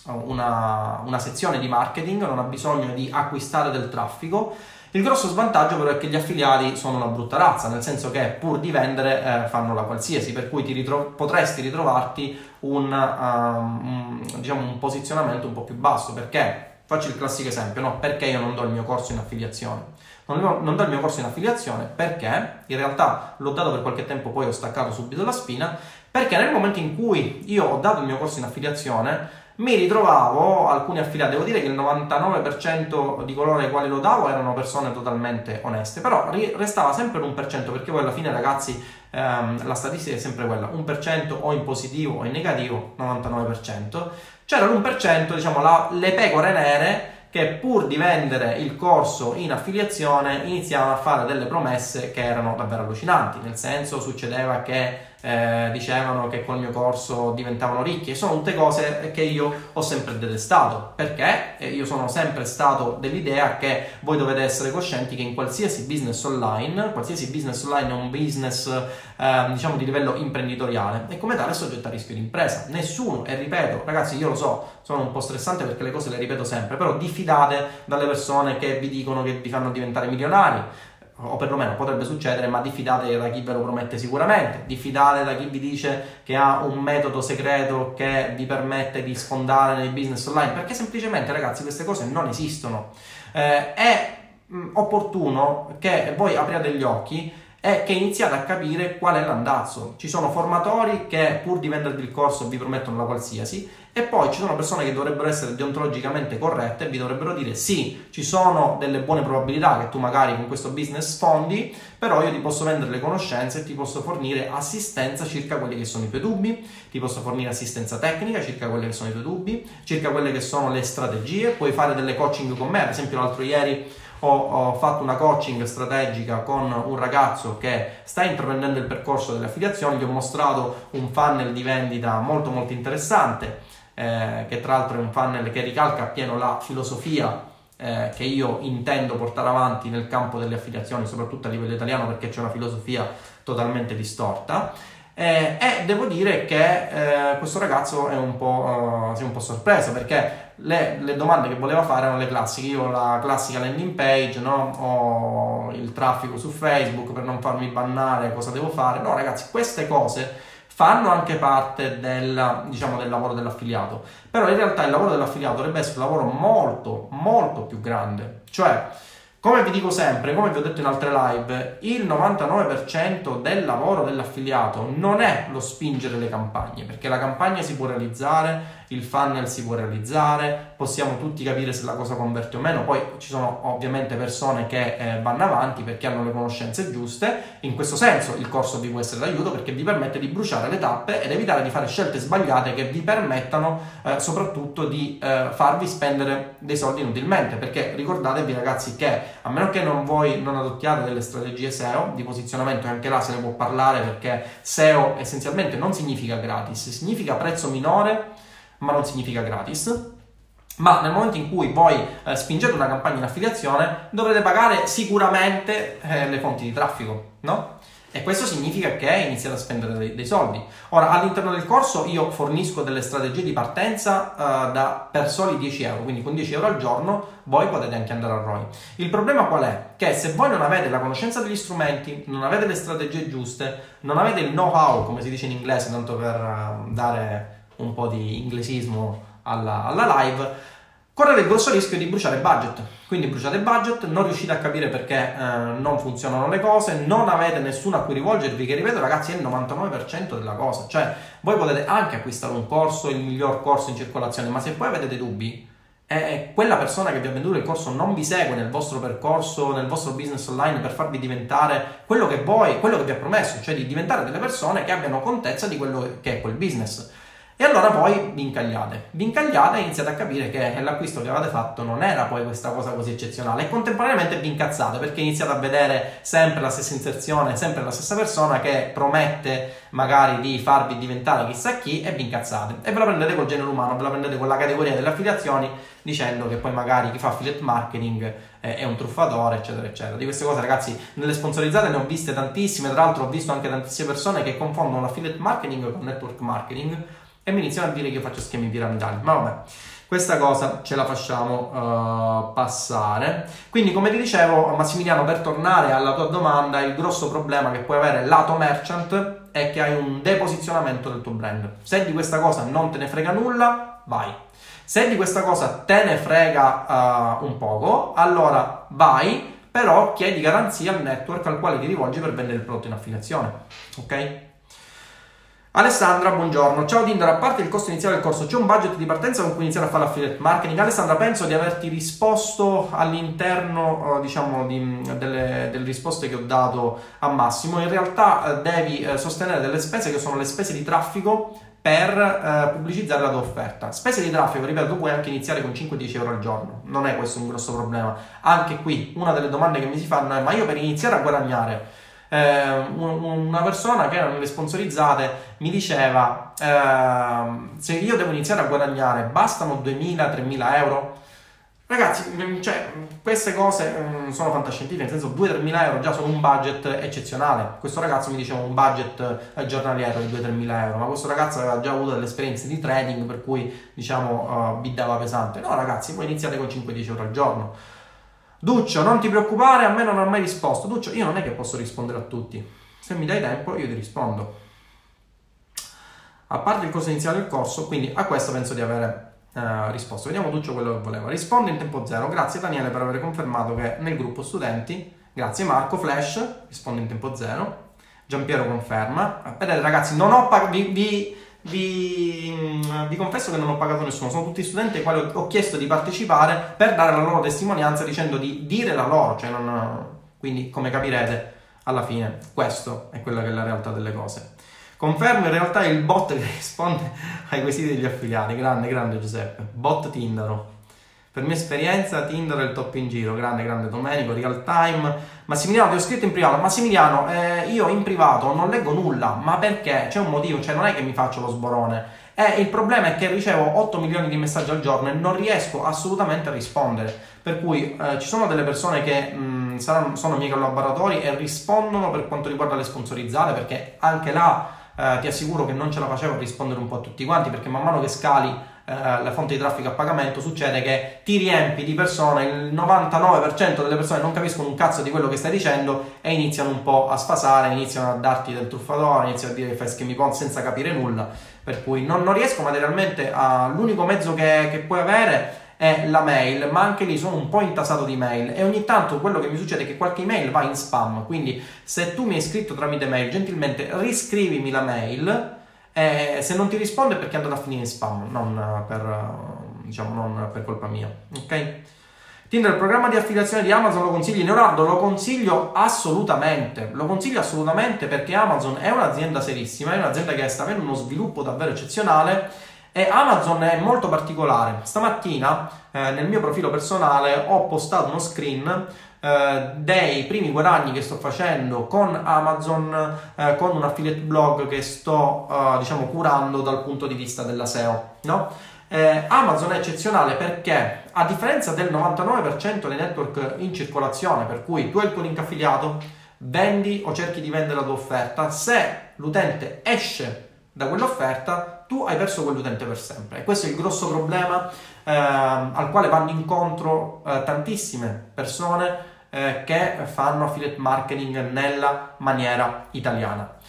una, una sezione di marketing, non ha bisogno di acquistare del traffico. Il grosso svantaggio però è che gli affiliati sono una brutta razza, nel senso che pur di vendere eh, fanno la qualsiasi, per cui ti ritro- potresti ritrovarti un, um, un, diciamo, un posizionamento un po' più basso. Perché? Faccio il classico esempio, no? Perché io non do il mio corso in affiliazione? Non do, non do il mio corso in affiliazione perché in realtà l'ho dato per qualche tempo, poi ho staccato subito la spina, perché nel momento in cui io ho dato il mio corso in affiliazione mi ritrovavo alcuni affiliati, devo dire che il novantanove per cento di coloro ai quali lo davo erano persone totalmente oneste, però restava sempre l'uno per cento, perché poi alla fine, ragazzi, ehm, la statistica è sempre quella, uno per cento o in positivo o in negativo, novantanove per cento. C'era l'uno per cento, diciamo, la, le pecore nere, che pur di vendere il corso in affiliazione iniziavano a fare delle promesse che erano davvero allucinanti. Nel senso, succedeva che eh, dicevano che col mio corso diventavano ricchi, e sono tutte cose che io ho sempre detestato, perché io sono sempre stato dell'idea che voi dovete essere coscienti che in qualsiasi business online, qualsiasi business online è un business eh, diciamo di livello imprenditoriale, e come tale è soggetto a rischio di impresa. Nessuno, e ripeto, ragazzi, io lo so, sono un po' stressante perché le cose le ripeto sempre, però diffidate dalle persone che vi dicono che vi fanno diventare milionari, o perlomeno potrebbe succedere, ma diffidate da chi ve lo promette sicuramente, diffidate da chi vi dice che ha un metodo segreto che vi permette di sfondare nei business online, perché semplicemente, ragazzi, queste cose non esistono. Eh, è mh, opportuno che voi apriate gli occhi e che iniziate a capire qual è l'andazzo. Ci sono formatori che pur di vendervi il corso vi promettono la qualsiasi, e poi ci sono persone che dovrebbero essere deontologicamente corrette e vi dovrebbero dire: sì, ci sono delle buone probabilità che tu magari con questo business sfondi, però io ti posso vendere le conoscenze e ti posso fornire assistenza circa quelli che sono i tuoi dubbi, ti posso fornire assistenza tecnica circa quelli che sono i tuoi dubbi, circa quelle che sono le strategie. Puoi fare delle coaching con me. Ad esempio, l'altro ieri ho, ho fatto una coaching strategica con un ragazzo che sta intraprendendo il percorso delle affiliazioni. Gli ho mostrato un funnel di vendita molto molto interessante, Eh, che tra l'altro è un funnel che ricalca appieno la filosofia eh, che io intendo portare avanti nel campo delle affiliazioni, soprattutto a livello italiano, perché c'è una filosofia totalmente distorta. Eh, e devo dire che eh, questo ragazzo è un po', uh, si è un po' sorpreso, perché le, le domande che voleva fare erano le classiche. Io ho la classica landing page, no? Ho il traffico su Facebook per non farmi bannare, cosa devo fare? No, ragazzi, queste cose fanno anche parte del, diciamo, del lavoro dell'affiliato, però in realtà il lavoro dell'affiliato dovrebbe essere un lavoro molto molto più grande. Cioè, come vi dico sempre, come vi ho detto in altre live, il novantanove per cento del lavoro dell'affiliato non è lo spingere le campagne, perché la campagna si può realizzare, il funnel si può realizzare, possiamo tutti capire se la cosa converte o meno. Poi ci sono ovviamente persone che eh, vanno avanti perché hanno le conoscenze giuste. In questo senso il corso vi può essere d'aiuto, perché vi permette di bruciare le tappe ed evitare di fare scelte sbagliate che vi permettano eh, soprattutto di eh, farvi spendere dei soldi inutilmente. Perché ricordatevi, ragazzi, che a meno che non voi non adottiate delle strategie S E O di posizionamento, e anche là se ne può parlare, perché S E O essenzialmente non significa gratis, significa prezzo minore, ma non significa gratis. Ma nel momento in cui voi eh, spingete una campagna in affiliazione, dovrete pagare sicuramente eh, le fonti di traffico, no? E questo significa che iniziate a spendere dei, dei soldi. Ora, all'interno del corso io fornisco delle strategie di partenza uh, da, per soli dieci euro, quindi con dieci euro al giorno voi potete anche andare a R O I. Il problema qual è? Che se voi non avete la conoscenza degli strumenti, non avete le strategie giuste, non avete il know-how, come si dice in inglese, tanto per uh, dare un po' di inglesismo alla, alla live, correte il grosso rischio di bruciare budget. Quindi bruciate budget, non riuscite a capire perché eh, non funzionano le cose, non avete nessuno a cui rivolgervi, che ripeto ragazzi è il novantanove per cento della cosa. Cioè voi potete anche acquistare un corso, il miglior corso in circolazione, ma se poi avete dei dubbi e quella persona che vi ha venduto il corso non vi segue nel vostro percorso, nel vostro business online per farvi diventare quello che voi, quello che vi ha promesso, cioè di diventare delle persone che abbiano contezza di quello che è quel business. E allora poi vi incagliate, vi incagliate e iniziate a capire che l'acquisto che avete fatto non era poi questa cosa così eccezionale e contemporaneamente vi incazzate perché iniziate a vedere sempre la stessa inserzione, sempre la stessa persona che promette magari di farvi diventare chissà chi e vi incazzate e ve la prendete col genere umano, ve la prendete con la categoria delle affiliazioni dicendo che poi magari chi fa affiliate marketing è un truffatore eccetera eccetera. Di queste cose ragazzi nelle sponsorizzate ne ho viste tantissime, tra l'altro ho visto anche tantissime persone che confondono affiliate marketing con network marketing e mi iniziano a dire che io faccio schemi piramidali, ma vabbè, questa cosa ce la facciamo uh, passare. Quindi come ti dicevo Massimiliano, per tornare alla tua domanda, il grosso problema che puoi avere lato merchant è che hai un deposizionamento del tuo brand. Se di questa cosa non te ne frega nulla, vai. Se di questa cosa te ne frega uh, un poco, allora vai, però chiedi garanzia al network al quale ti rivolgi per vendere il prodotto in affiliazione, ok? Alessandra, buongiorno. Ciao Tinder, a parte il costo iniziale del corso, c'è un budget di partenza con cui iniziare a fare l'affiliate marketing? Alessandra, penso di averti risposto all'interno, eh, diciamo, di, delle, delle risposte che ho dato a Massimo. In realtà eh, devi eh, sostenere delle spese che sono le spese di traffico per eh, pubblicizzare la tua offerta. Spese di traffico, ripeto, tu puoi anche iniziare con cinque dieci euro al giorno, non è questo un grosso problema. Anche qui, una delle domande che mi si fanno è: ma io per iniziare a guadagnare, Eh, una persona che era nelle sponsorizzate mi diceva eh, se io devo iniziare a guadagnare bastano duemila tremila euro? Ragazzi, cioè, queste cose um, sono fantascientifiche, nel senso due tremila euro già sono un budget eccezionale. Questo ragazzo mi diceva un budget eh, giornaliero di due tremila euro, ma questo ragazzo aveva già avuto delle esperienze di trading per cui diciamo uh, biddava pesante. No ragazzi, voi iniziate con cinque dieci euro al giorno. Duccio, non ti preoccupare, a me non ha mai risposto. Duccio, io non è che posso rispondere a tutti. Se mi dai tempo, io ti rispondo. A parte il costo iniziale del corso, quindi a questo penso di avere eh, risposto. Vediamo Duccio quello che voleva. Risponde in tempo zero. Grazie Daniele per aver confermato che nel gruppo studenti. Grazie Marco. Flash, risponde in tempo zero. Giampiero conferma. Vedete ragazzi, non ho pagato... Vi, vi, Vi, vi confesso che non ho pagato nessuno, sono tutti studenti ai quali ho chiesto di partecipare per dare la loro testimonianza dicendo di dire la loro, cioè non, quindi come capirete alla fine questo è quella che è la realtà delle cose. Confermo, in realtà è il bot che risponde ai quesiti degli affiliati. Grande, grande Giuseppe, bot Tindaro. Per mia esperienza Tinder è il top in giro. Grande, grande Domenico, real time. Massimiliano, ti ho scritto in privato. Massimiliano, eh, io in privato non leggo nulla, ma perché? C'è un motivo, cioè non è che mi faccio lo sborone. Eh, il problema è che ricevo otto milioni di messaggi al giorno e non riesco assolutamente a rispondere. Per cui eh, ci sono delle persone che mh, saranno, sono miei collaboratori e rispondono per quanto riguarda le sponsorizzate, perché anche là eh, ti assicuro che non ce la facevo a rispondere un po' a tutti quanti, perché man mano che scali la fonte di traffico a pagamento succede che ti riempi di persone, il novantanove per cento delle persone non capiscono un cazzo di quello che stai dicendo e iniziano un po' a sfasare, iniziano a darti del truffatore, iniziano a dire che fai schemi Ponzi senza capire nulla, per cui non, non riesco materialmente a... l'unico mezzo che, che puoi avere è la mail, ma anche lì sono un po' intasato di mail e ogni tanto quello che mi succede è che qualche email va in spam, quindi se tu mi hai scritto tramite mail, gentilmente riscrivimi la mail. Eh, se non ti risponde è perché è andato a finire in spam, non per, diciamo, non per colpa mia, ok? Tinder, il programma di affiliazione di Amazon lo consigli? Leonardo, lo consiglio assolutamente, lo consiglio assolutamente perché Amazon è un'azienda serissima, è un'azienda che sta avendo uno sviluppo davvero eccezionale e Amazon è molto particolare. Stamattina eh, nel mio profilo personale ho postato uno screen Uh, dei primi guadagni che sto facendo con Amazon, uh, con un affiliate blog che sto uh, diciamo curando dal punto di vista della S E O, no? Eh, Amazon è eccezionale perché a differenza del novantanove per cento dei network in circolazione, per cui tu hai il tuo link affiliato, vendi o cerchi di vendere la tua offerta, se l'utente esce da quell'offerta tu hai perso quell'utente per sempre, e questo è il grosso problema eh, al quale vanno incontro eh, tantissime persone eh, che fanno affiliate marketing nella maniera italiana.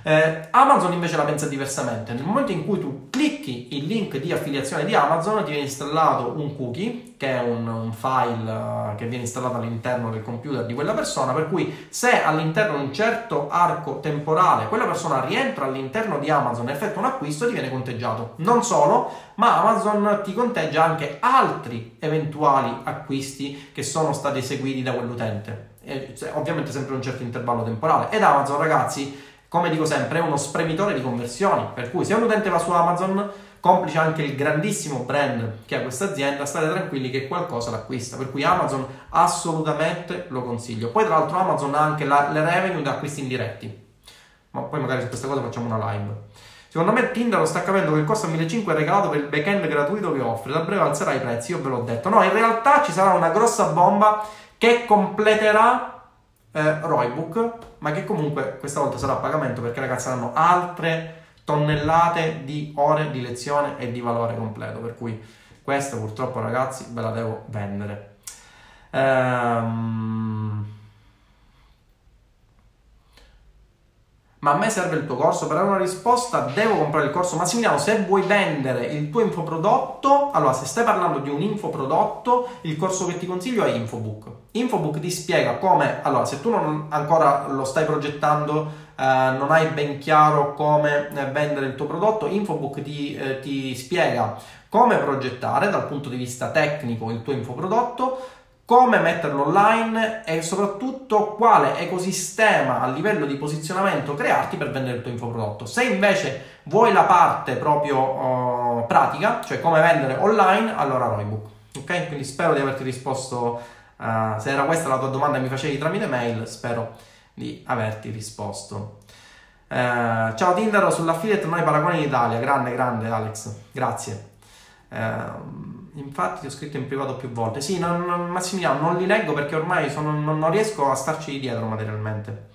Eh, Amazon invece la pensa diversamente. Nel momento in cui tu clicchi il link di affiliazione di Amazon ti viene installato un cookie, che è un, un file uh, che viene installato all'interno del computer di quella persona, per cui se all'interno di un certo arco temporale quella persona rientra all'interno di Amazon e effettua un acquisto, ti viene conteggiato. Non solo, ma Amazon ti conteggia anche altri eventuali acquisti che sono stati eseguiti da quell'utente, e, ovviamente sempre un certo intervallo temporale. Ed Amazon, ragazzi, come dico sempre, è uno spremitore di conversioni, per cui se un utente va su Amazon, complice anche il grandissimo brand che ha questa azienda, state tranquilli che qualcosa l'acquista, per cui Amazon assolutamente lo consiglio. Poi tra l'altro Amazon ha anche la, le revenue da acquisti indiretti, ma poi magari su questa cosa facciamo una live. Secondo me Tinder lo sta capendo che il corso a millecinquecento è regalato per il backend gratuito che offre, da breve alzerà i prezzi, io ve l'ho detto. No, in realtà ci sarà una grossa bomba che completerà Eh, Roybook, ma che comunque questa volta sarà a pagamento, perché ragazzi saranno altre tonnellate di ore di lezione e di valore completo, per cui questa purtroppo, ragazzi, ve la devo vendere. ehm... Ma a me serve il tuo corso? Per avere una risposta devo comprare il corso? Massimiliano, se vuoi vendere il tuo infoprodotto, allora se stai parlando di un infoprodotto, il corso che ti consiglio è Infobook. Infobook ti spiega come, allora se tu non ancora lo stai progettando, eh, non hai ben chiaro come eh, vendere il tuo prodotto, Infobook ti, eh, ti spiega come progettare dal punto di vista tecnico il tuo infoprodotto, come metterlo online e soprattutto quale ecosistema a livello di posizionamento crearti per vendere il tuo infoprodotto. Se invece vuoi la parte proprio uh, pratica, cioè come vendere online, allora Roybook. Ok? Quindi spero di averti risposto. Uh, se era questa la tua domanda e mi facevi tramite mail, spero di averti risposto. Uh, ciao Tinder, sull'affiliate non hai paragoni in Italia. Grande, grande Alex, grazie. Uh, Infatti ti ho scritto in privato più volte. Sì, non, non, Massimiliano, non li leggo perché ormai sono, non, non riesco a starci dietro materialmente.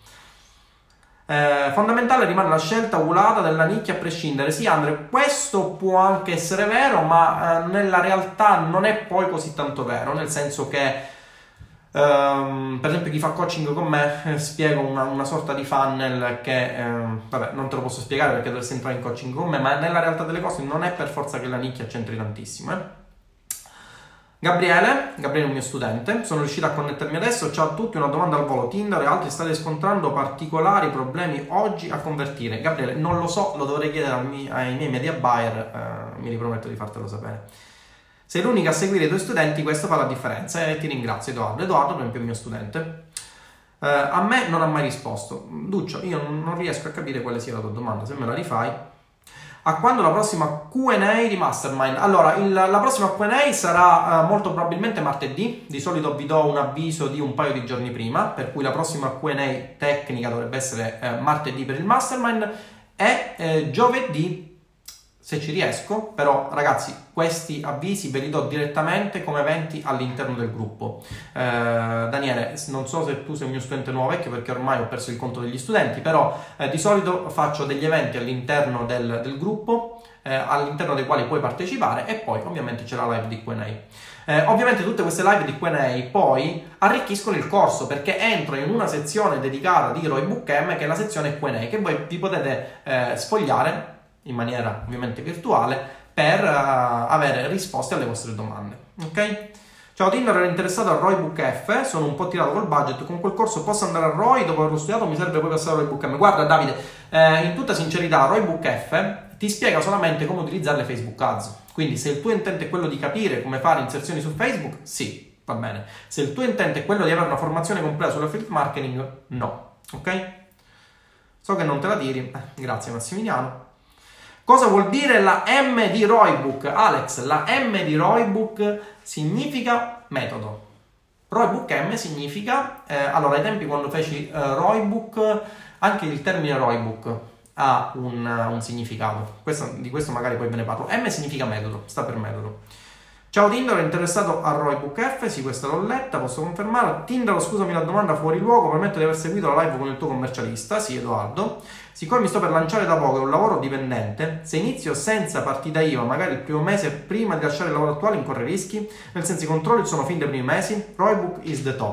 Eh, fondamentale rimane la scelta oculata della nicchia a prescindere. Sì, Andre, questo può anche essere vero, ma eh, nella realtà non è poi così tanto vero, nel senso che Um, per esempio chi fa coaching con me eh, spiego una, una sorta di funnel che eh, vabbè, non te lo posso spiegare perché dovresti entrare in coaching con me, ma nella realtà delle cose non è per forza che la nicchia c'entri tantissimo. eh. Gabriele, Gabriele è un mio studente, sono riuscito a connettermi adesso. Ciao a tutti, una domanda al volo: Tinder e altri state scontrando particolari problemi oggi a convertire? Gabriele, non lo so, lo dovrei chiedere ai miei, ai miei media buyer, eh, mi riprometto di fartelo sapere. Sei l'unica a seguire i tuoi studenti, questo fa la differenza, e ti ringrazio Edoardo. Edoardo, per esempio, è il mio studente. Uh, a me non ha mai risposto. Duccio, io non riesco a capire quale sia la tua domanda, se me la rifai. A quando la prossima Q and A di Mastermind? Allora, il, la prossima Q and A sarà uh, molto probabilmente martedì. Di solito vi do un avviso di un paio di giorni prima, per cui la prossima Q and A tecnica dovrebbe essere uh, martedì per il Mastermind e uh, giovedì, se ci riesco. Però ragazzi, questi avvisi ve li do direttamente come eventi all'interno del gruppo. eh, Daniele, non so se tu sei un mio studente nuovo vecchio perché ormai ho perso il conto degli studenti, però eh, di solito faccio degli eventi all'interno del, del gruppo, eh, all'interno dei quali puoi partecipare, e poi ovviamente c'è la live di Q and A. Eh, ovviamente tutte queste live di Q and A poi arricchiscono il corso, perché entro in una sezione dedicata di Roybook M, che è la sezione Q and A, che voi vi potete eh, sfogliare in maniera ovviamente virtuale per uh, avere risposte alle vostre domande. Ok? Ciao Tinder, ero interessato a Roybook F, sono un po' tirato col budget, con quel corso posso andare a Roy? Dopo averlo studiato mi serve poi passare a Roybook M. Guarda Davide, eh, in tutta sincerità Roybook F ti spiega solamente come utilizzare le Facebook Ads, quindi se il tuo intento è quello di capire come fare inserzioni su Facebook, sì, va bene. Se il tuo intento è quello di avere una formazione completa sull'affiliate marketing, no. Ok? So che non te la tiri, eh, grazie Massimiliano. Cosa vuol dire la M di Roybook? Alex, la M di Roybook significa metodo. Roybook M significa, eh, allora ai tempi quando feci eh, Roybook, anche il termine Roybook ha un, un significato. Questo, di questo magari poi ve ne parlo. M significa metodo, sta per metodo. Ciao Tinder, ero interessato a Roybook F, sì, questa l'ho letta, posso confermare. Tinder, scusami la domanda fuori luogo, permetto di aver seguito la live con il tuo commercialista, sì Edoardo. Siccome mi sto per lanciare da poco, è un lavoro dipendente, se inizio senza partita I V A, magari il primo mese prima di lasciare il lavoro attuale, incorre rischi, nel senso i controlli sono fin dai primi mesi, Roybook is the top.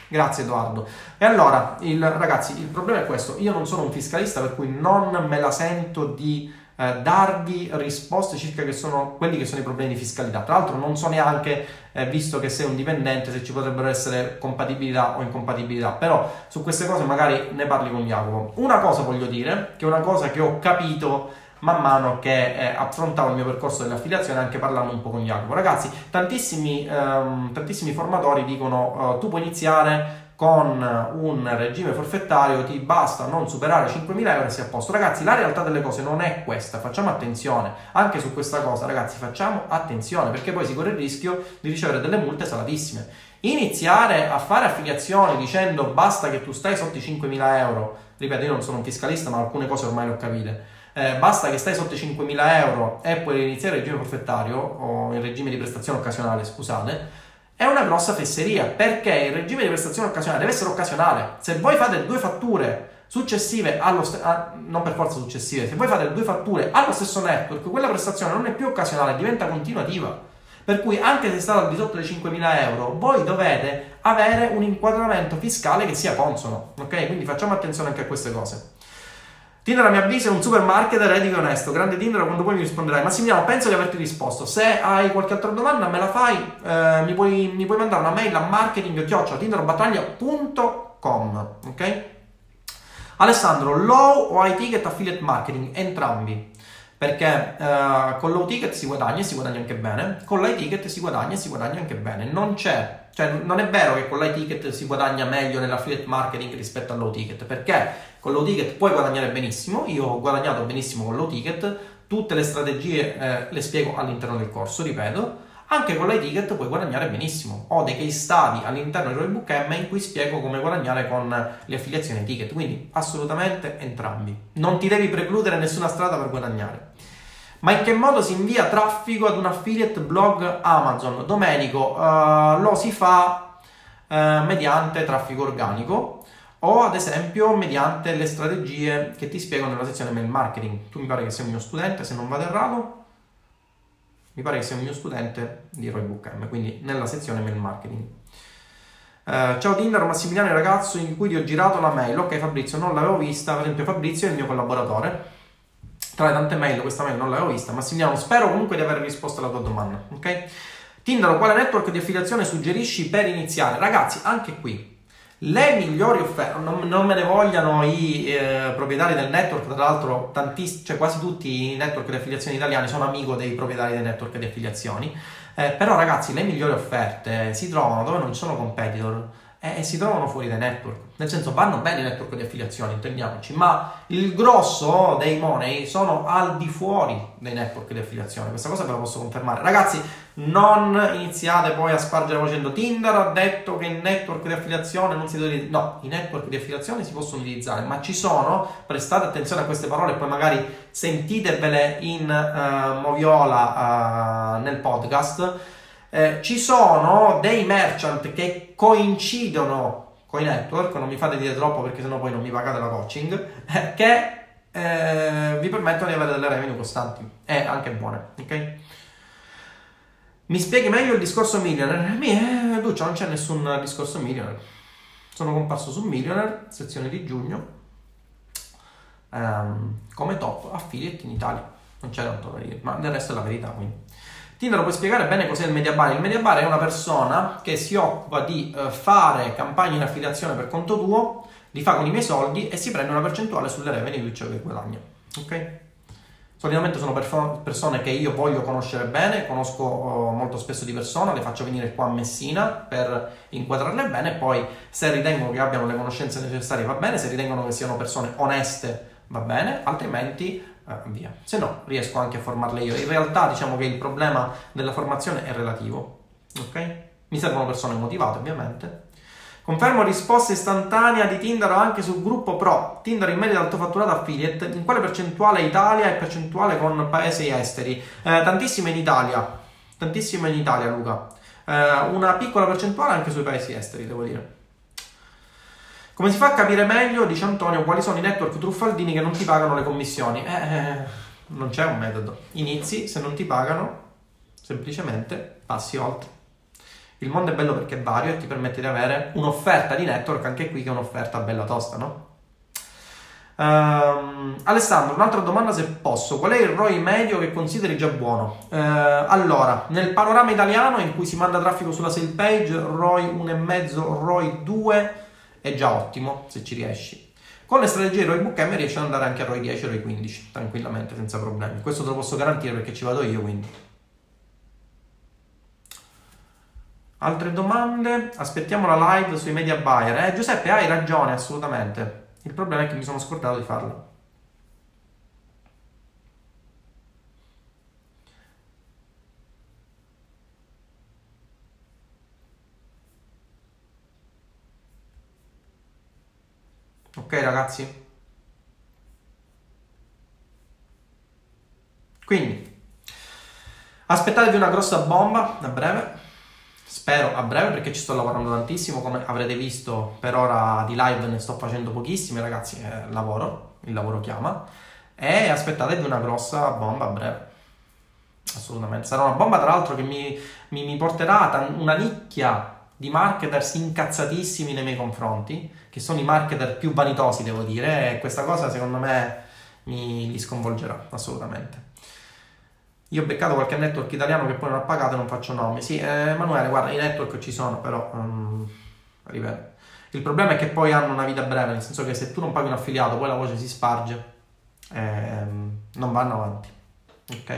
Grazie Edoardo. E allora, il, ragazzi, il problema è questo. Io non sono un fiscalista, per cui non me la sento di eh, darvi risposte circa che sono quelli che sono i problemi di fiscalità. Tra l'altro non so neanche, eh, visto che sei un dipendente, se ci potrebbero essere compatibilità o incompatibilità. Però su queste cose magari ne parli con Jacopo. Una cosa voglio dire, che è una cosa che ho capito man mano che eh, affrontavo il mio percorso dell'affiliazione, anche parlando un po' con Jacopo. Ragazzi, tantissimi, ehm, tantissimi formatori dicono uh, tu puoi iniziare con un regime forfettario, ti basta non superare cinquemila euro e sei a posto. Ragazzi, la realtà delle cose non è questa, facciamo attenzione anche su questa cosa, ragazzi, facciamo attenzione, perché poi si corre il rischio di ricevere delle multe salatissime. Iniziare a fare affiliazioni dicendo basta che tu stai sotto i cinquemila euro, ripeto, io non sono un fiscalista ma alcune cose ormai le ho capite, Eh, basta che stai sotto i cinquemila euro e puoi iniziare il regime forfettario o il regime di prestazione occasionale, scusate, è una grossa fesseria, perché il regime di prestazione occasionale deve essere occasionale. Se voi fate due fatture successive allo st- a, non per forza successive, se voi fate due fatture allo stesso network, quella prestazione non è più occasionale, diventa continuativa. Per cui anche se state al di sotto dei cinquemila euro, voi dovete avere un inquadramento fiscale che sia consono, ok? Quindi facciamo attenzione anche a queste cose. Tinder, a mio avviso, è un supermarketer etico e onesto. Grande Tinder, quando poi mi risponderai. Massimiliano, penso di averti risposto. Se hai qualche altra domanda, me la fai. Eh, mi, puoi, mi puoi mandare una mail a marketing chiocciola tinderbattaglia punto com. Ok? Alessandro, low o high ticket affiliate marketing? Entrambi. Perché eh, con low ticket si guadagna e si guadagna anche bene. Con l'high ticket si guadagna e si guadagna anche bene. Non c'è. Cioè, non è vero che con l'high ticket si guadagna meglio nell'affiliate marketing rispetto al low ticket, perché con low ticket puoi guadagnare benissimo. Io ho guadagnato benissimo con low ticket, tutte le strategie eh, le spiego all'interno del corso, ripeto. Anche con l'high ticket puoi guadagnare benissimo. Ho dei case study all'interno del Roybook M in cui spiego come guadagnare con le affiliazioni ticket, quindi assolutamente entrambi. Non ti devi precludere nessuna strada per guadagnare. Ma in che modo si invia traffico ad un affiliate blog Amazon? Domenico, uh, lo si fa uh, mediante traffico organico o ad esempio mediante le strategie che ti spiego nella sezione mail marketing. Tu mi pare che sei un mio studente, se non vado errato, mi pare che sei un mio studente di Roybook M, quindi nella sezione mail marketing. Uh, ciao Tinder, Massimiliano è il ragazzo in cui ti ho girato la mail. Ok Fabrizio, non l'avevo vista, per esempio Fabrizio è il mio collaboratore. Tra le tante mail, questa mail non l'avevo vista. Massimiliano, spero comunque di aver risposto alla tua domanda, ok? Tinder, quale network di affiliazione suggerisci per iniziare? Ragazzi, anche qui, le migliori offerte, non, non me ne vogliano i eh, proprietari del network, tra l'altro tantiss- cioè quasi tutti i network di affiliazioni italiani sono amico dei proprietari dei network di affiliazioni, eh, però ragazzi, le migliori offerte si trovano dove non ci sono competitor, e si trovano fuori dai network, nel senso vanno bene i network di affiliazioni, intendiamoci, ma il grosso dei money sono al di fuori dei network di affiliazione. Questa cosa ve la posso confermare. Ragazzi, non iniziate poi a spargere facendo Tinder ha detto che il network di affiliazione non si deve... No, i network di affiliazione si possono utilizzare, ma ci sono, prestate attenzione a queste parole e poi magari sentitevele in uh, moviola uh, nel podcast. Eh, ci sono dei merchant che coincidono con i network, non mi fate dire troppo perché sennò poi non mi pagate la coaching, eh, che eh, vi permettono di avere delle revenue costanti e anche buone, ok? Mi spieghi meglio il discorso Millionaire? Eh, Lucio, non c'è nessun discorso Millionaire, sono comparso su Millionaire, sezione di giugno, ehm, come top affiliate in Italia, non c'è tanto da dire, ma del resto è la verità, quindi. Tinder, puoi spiegare bene cos'è il media buyer? Il media buyer è una persona che si occupa di uh, fare campagne in affiliazione per conto tuo, li fa con i miei soldi e si prende una percentuale sulle revenue di ciò che guadagna. Ok? Solitamente sono perf- persone che io voglio conoscere bene, conosco uh, molto spesso di persona, le faccio venire qua a Messina per inquadrarle bene, poi se ritengono che abbiano le conoscenze necessarie va bene, se ritengono che siano persone oneste va bene, altrimenti via. Se no riesco anche a formarle io. In realtà diciamo che il problema della formazione è relativo, ok? Mi servono persone motivate ovviamente. Confermo risposta istantanea di Tinder anche sul gruppo Pro. Tinder in media alto fatturato affiliate, in quale percentuale Italia e percentuale con paesi esteri? Eh, tantissime in Italia, tantissime in Italia Luca, eh, una piccola percentuale anche sui paesi esteri devo dire. Come si fa a capire meglio, dice Antonio, quali sono i network truffaldini che non ti pagano le commissioni? Eh, eh, non c'è un metodo. Inizi, se non ti pagano, semplicemente passi oltre. Il mondo è bello perché è vario e ti permette di avere un'offerta di network, anche qui che è un'offerta bella tosta, no? Uh, Alessandro, un'altra domanda se posso: qual è il R O I medio che consideri già buono? Uh, allora, nel panorama italiano in cui si manda traffico sulla sale page, R O I uno virgola cinque, R O I due è già ottimo se ci riesci. Con le strategie R O I Bootcamp riesci ad andare anche a R O I dieci, R O I quindici tranquillamente, senza problemi. Questo te lo posso garantire perché ci vado io, quindi. Altre domande? Aspettiamo la live sui media buyer. Eh, Giuseppe, hai ragione, assolutamente. Il problema è che mi sono scordato di farlo. Ok, ragazzi? Quindi, aspettatevi una grossa bomba a breve. Spero a breve perché ci sto lavorando tantissimo, come avrete visto per ora di live ne sto facendo pochissimi, ragazzi, eh, lavoro, il lavoro chiama, e aspettatevi una grossa bomba a breve, assolutamente. Sarà una bomba tra l'altro che mi, mi, mi porterà una nicchia di marketers incazzatissimi nei miei confronti, che sono i marketer più vanitosi, devo dire, e questa cosa secondo me mi li sconvolgerà, assolutamente. Io ho beccato qualche network italiano che poi non ha pagato e non faccio nomi. Sì, eh, Emanuele, guarda, i network ci sono, però um, ripeto, il problema è che poi hanno una vita breve, nel senso che se tu non paghi un affiliato, poi la voce si sparge, eh, non vanno avanti. Ok?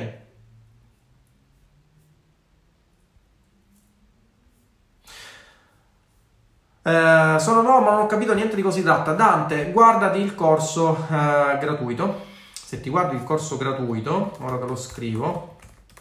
Eh, sono nuovo ma non ho capito niente di cosa si tratta. Dante, guardati il corso eh, gratuito. Se ti guardi il corso gratuito, ora te lo scrivo,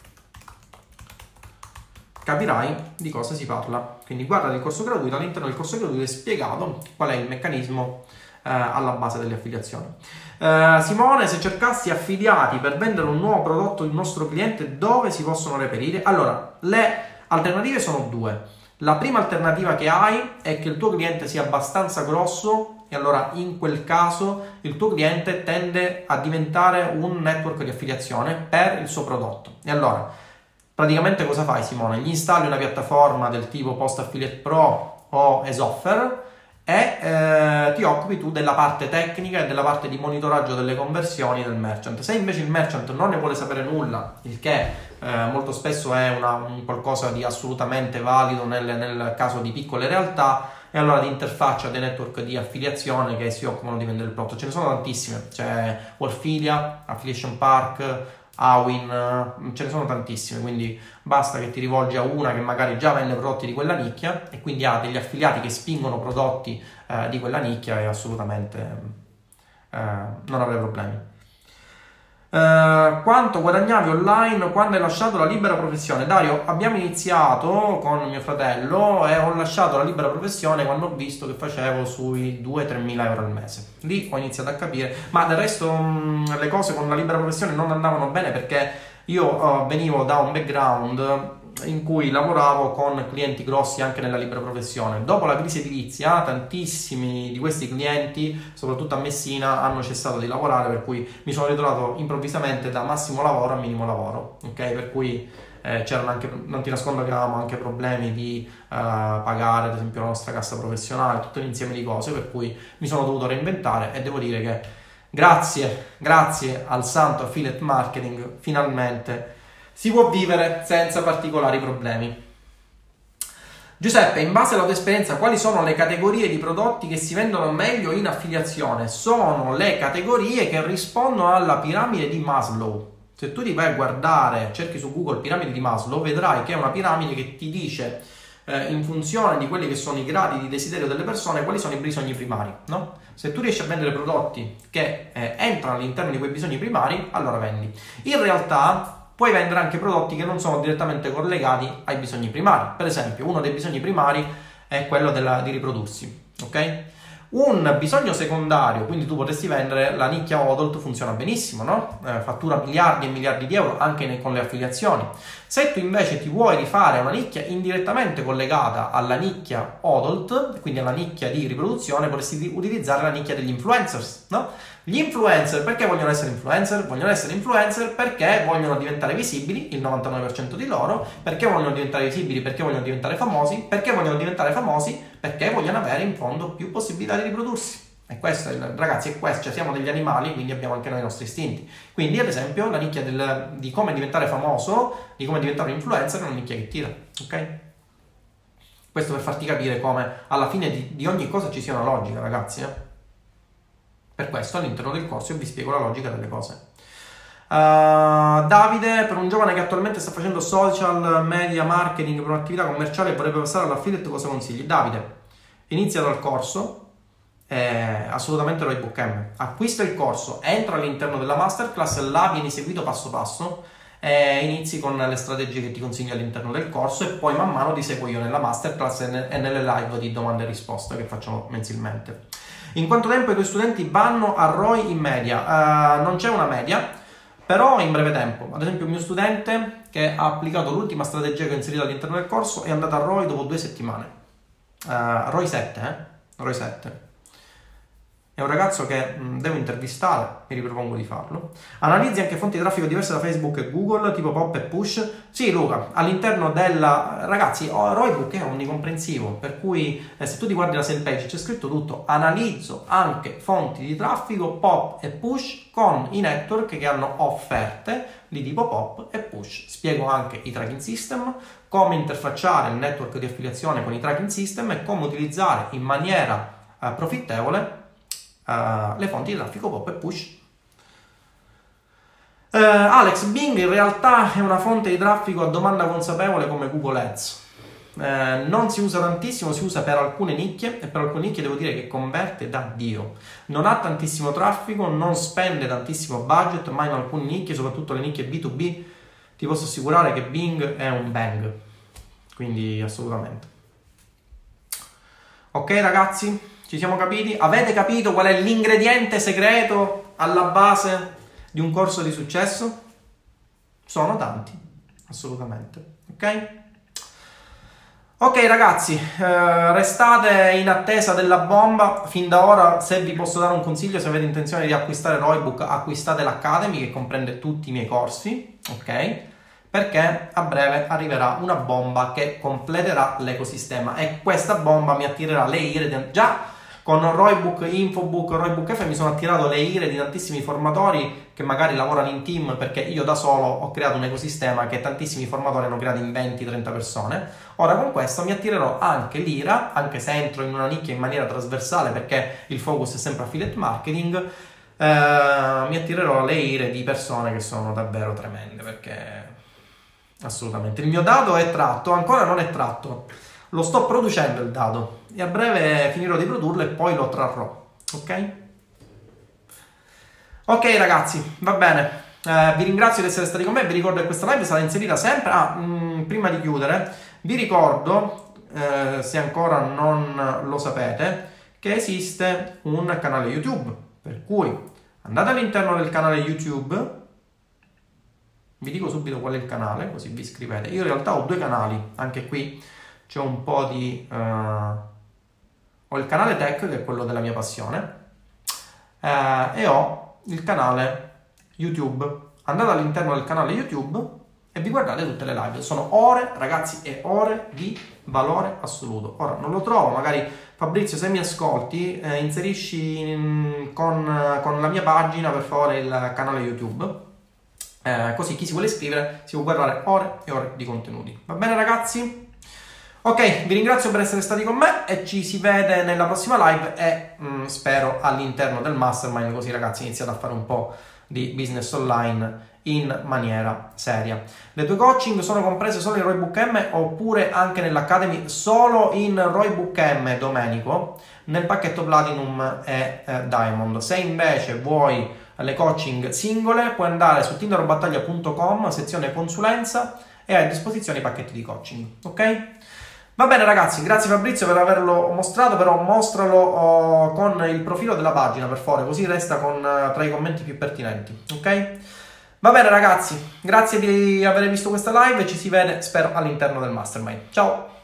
capirai di cosa si parla. Quindi guarda il corso gratuito, all'interno del corso gratuito è spiegato qual è il meccanismo eh, alla base delle affiliazioni. Eh, Simone, se cercassi affiliati per vendere un nuovo prodotto di un nostro cliente, dove si possono reperire? Allora, le alternative sono due. La prima alternativa che hai è che il tuo cliente sia abbastanza grosso, e allora in quel caso il tuo cliente tende a diventare un network di affiliazione per il suo prodotto. E allora praticamente cosa fai, Simone? Gli installi una piattaforma del tipo Post Affiliate Pro o Esoffer e eh, ti occupi tu della parte tecnica e della parte di monitoraggio delle conversioni del merchant. Se invece il merchant non ne vuole sapere nulla, il che eh, molto spesso è una, un qualcosa di assolutamente valido nel, nel caso di piccole realtà, e allora di interfaccia dei network di affiliazione che si occupano di vendere il prodotto. Ce ne sono tantissime, c'è Wolfilia, Affiliation Park, Awin, ce ne sono tantissime, quindi basta che ti rivolgi a una che magari già vende prodotti di quella nicchia e quindi ha degli affiliati che spingono prodotti eh, di quella nicchia, e assolutamente eh, non avrai problemi. Uh, quanto guadagnavi online quando hai lasciato la libera professione? Dario, abbiamo iniziato con mio fratello e ho lasciato la libera professione quando ho visto che facevo sui due tre mila euro al mese. Lì ho iniziato a capire, ma del resto mh, le cose con la libera professione non andavano bene perché io uh, venivo da un background in cui lavoravo con clienti grossi anche nella libera professione. Dopo la crisi edilizia tantissimi di questi clienti, soprattutto a Messina, hanno cessato di lavorare, per cui mi sono ritrovato improvvisamente da massimo lavoro a minimo lavoro, ok? Per cui eh, c'erano anche, non ti nascondo che avevamo anche problemi di uh, pagare ad esempio la nostra cassa professionale, tutto un insieme di cose, per cui mi sono dovuto reinventare e devo dire che grazie, grazie al santo affiliate marketing finalmente si può vivere senza particolari problemi. Giuseppe, in base alla tua esperienza, quali sono le categorie di prodotti che si vendono meglio in affiliazione? Sono le categorie che rispondono alla piramide di Maslow. Se tu ti vai a guardare, cerchi su Google piramide di Maslow, vedrai che è una piramide che ti dice, eh, in funzione di quelli che sono i gradi di desiderio delle persone, quali sono i bisogni primari, no? Se tu riesci a vendere prodotti che eh, entrano all'interno di quei bisogni primari, allora vendi. In realtà puoi vendere anche prodotti che non sono direttamente collegati ai bisogni primari. Per esempio, uno dei bisogni primari è quello della, di riprodursi, ok? Un bisogno secondario, quindi tu potresti vendere la nicchia Odalt, funziona benissimo, no? Eh, fattura miliardi e miliardi di euro anche ne, con le affiliazioni. Se tu invece ti vuoi rifare una nicchia indirettamente collegata alla nicchia Odalt, quindi alla nicchia di riproduzione, potresti utilizzare la nicchia degli influencers, no? Gli influencer, perché vogliono essere influencer? Vogliono essere influencer perché vogliono diventare visibili, il novantanove per cento di loro, perché vogliono diventare visibili, perché vogliono diventare famosi, perché vogliono diventare famosi, perché vogliono avere in fondo più possibilità di riprodursi. E questo, ragazzi, è questo, cioè siamo degli animali, quindi abbiamo anche noi i nostri istinti. Quindi, ad esempio, la nicchia del, di come diventare famoso, di come diventare un influencer, è una nicchia che tira, ok? Questo per farti capire come alla fine di, di ogni cosa ci sia una logica, ragazzi, eh? Per questo all'interno del corso io vi spiego la logica delle cose. Uh, Davide, per un giovane che attualmente sta facendo social media marketing per un'attività commerciale e vorrebbe passare all'affiliate, cosa consigli? Davide, inizia dal corso, eh, assolutamente Roybook M. Acquista il corso, entra all'interno della masterclass, là vieni seguito passo passo e inizi con le strategie che ti consiglio all'interno del corso e poi man mano ti seguo io nella masterclass e, ne- e nelle live di domande e risposte che facciamo mensilmente. In quanto tempo i tuoi studenti vanno a R O I in media? Uh, non c'è una media, però in breve tempo. Ad esempio un mio studente che ha applicato l'ultima strategia che ho inserito all'interno del corso è andato a R O I dopo due settimane. Uh, R O I sette, eh? R O I sette. È un ragazzo che mh, devo intervistare, mi ripropongo di farlo. Analizzi anche fonti di traffico diverse da Facebook e Google, tipo pop e push. Sì, Luca, all'interno della... Ragazzi, oh, Roybook è omnicomprensivo, per cui eh, se tu ti guardi la sale page c'è scritto tutto. Analizzo anche fonti di traffico pop e push con i network che hanno offerte di tipo pop e push. Spiego anche i tracking system, come interfacciare il network di affiliazione con i tracking system e come utilizzare in maniera eh, profittevole Uh, le fonti di traffico pop e push. uh, Alex, Bing in realtà è una fonte di traffico a domanda consapevole come Google Ads. Uh, non si usa tantissimo, si usa per alcune nicchie e per alcune nicchie devo dire che converte da Dio. Non ha tantissimo traffico, non spende tantissimo budget, ma in alcune nicchie, soprattutto le nicchie B due B, ti posso assicurare che Bing è un bang, quindi assolutamente. Ok ragazzi? Ci siamo capiti? Avete capito qual è l'ingrediente segreto alla base di un corso di successo? Sono tanti, assolutamente. Ok? Ok ragazzi, eh, restate in attesa della bomba. Fin da ora, se vi posso dare un consiglio, se avete intenzione di acquistare Roybook, acquistate l'Academy che comprende tutti i miei corsi, ok? Perché a breve arriverà una bomba che completerà l'ecosistema e questa bomba mi attirerà le ire di... già con Roybook, Infobook, Roybook F mi sono attirato le ire di tantissimi formatori che magari lavorano in team, perché io da solo ho creato un ecosistema che tantissimi formatori hanno creato in venti trenta persone. Ora con questo mi attirerò anche l'ira, anche se entro in una nicchia in maniera trasversale perché il focus è sempre affiliate marketing, eh, mi attirerò le ire di persone che sono davvero tremende, perché assolutamente il mio dado è tratto, ancora non è tratto, lo sto producendo il dado e a breve finirò di produrlo e poi lo trarrò, ok? Ok ragazzi, va bene, eh, vi ringrazio di essere stati con me, vi ricordo che questa live sarà inserita sempre, ah, mh, prima di chiudere, vi ricordo, eh, se ancora non lo sapete, che esiste un canale YouTube, per cui andate all'interno del canale YouTube, vi dico subito qual è il canale, così vi iscrivete. Io in realtà ho due canali, anche qui c'è un po' di... Uh, ho il canale tech, che è quello della mia passione, uh, e ho il canale YouTube. Andate all'interno del canale YouTube e vi guardate tutte le live. Sono ore, ragazzi, e ore di valore assoluto. Ora, non lo trovo, magari Fabrizio, se mi ascolti, eh, inserisci in, con, con la mia pagina, per favore, il canale YouTube. Eh, così chi si vuole iscrivere si può guardare ore e ore di contenuti. Va bene ragazzi? Ok, vi ringrazio per essere stati con me e ci si vede nella prossima live e mh, spero all'interno del mastermind, così ragazzi iniziate a fare un po' di business online in maniera seria. Le tue coaching sono comprese solo in Roybook M oppure anche nell'Academy? Solo in Roybook M, Domenico, nel pacchetto Platinum e eh, Diamond. Se invece vuoi le coaching singole puoi andare su tinder battaglia punto com, sezione consulenza, e hai a disposizione i pacchetti di coaching, ok? Va bene ragazzi, grazie Fabrizio per averlo mostrato, però mostralo oh, con il profilo della pagina per favore, così resta con, uh, tra i commenti più pertinenti, ok? Va bene ragazzi, grazie di aver visto questa live e ci si vede spero all'interno del mastermind. Ciao!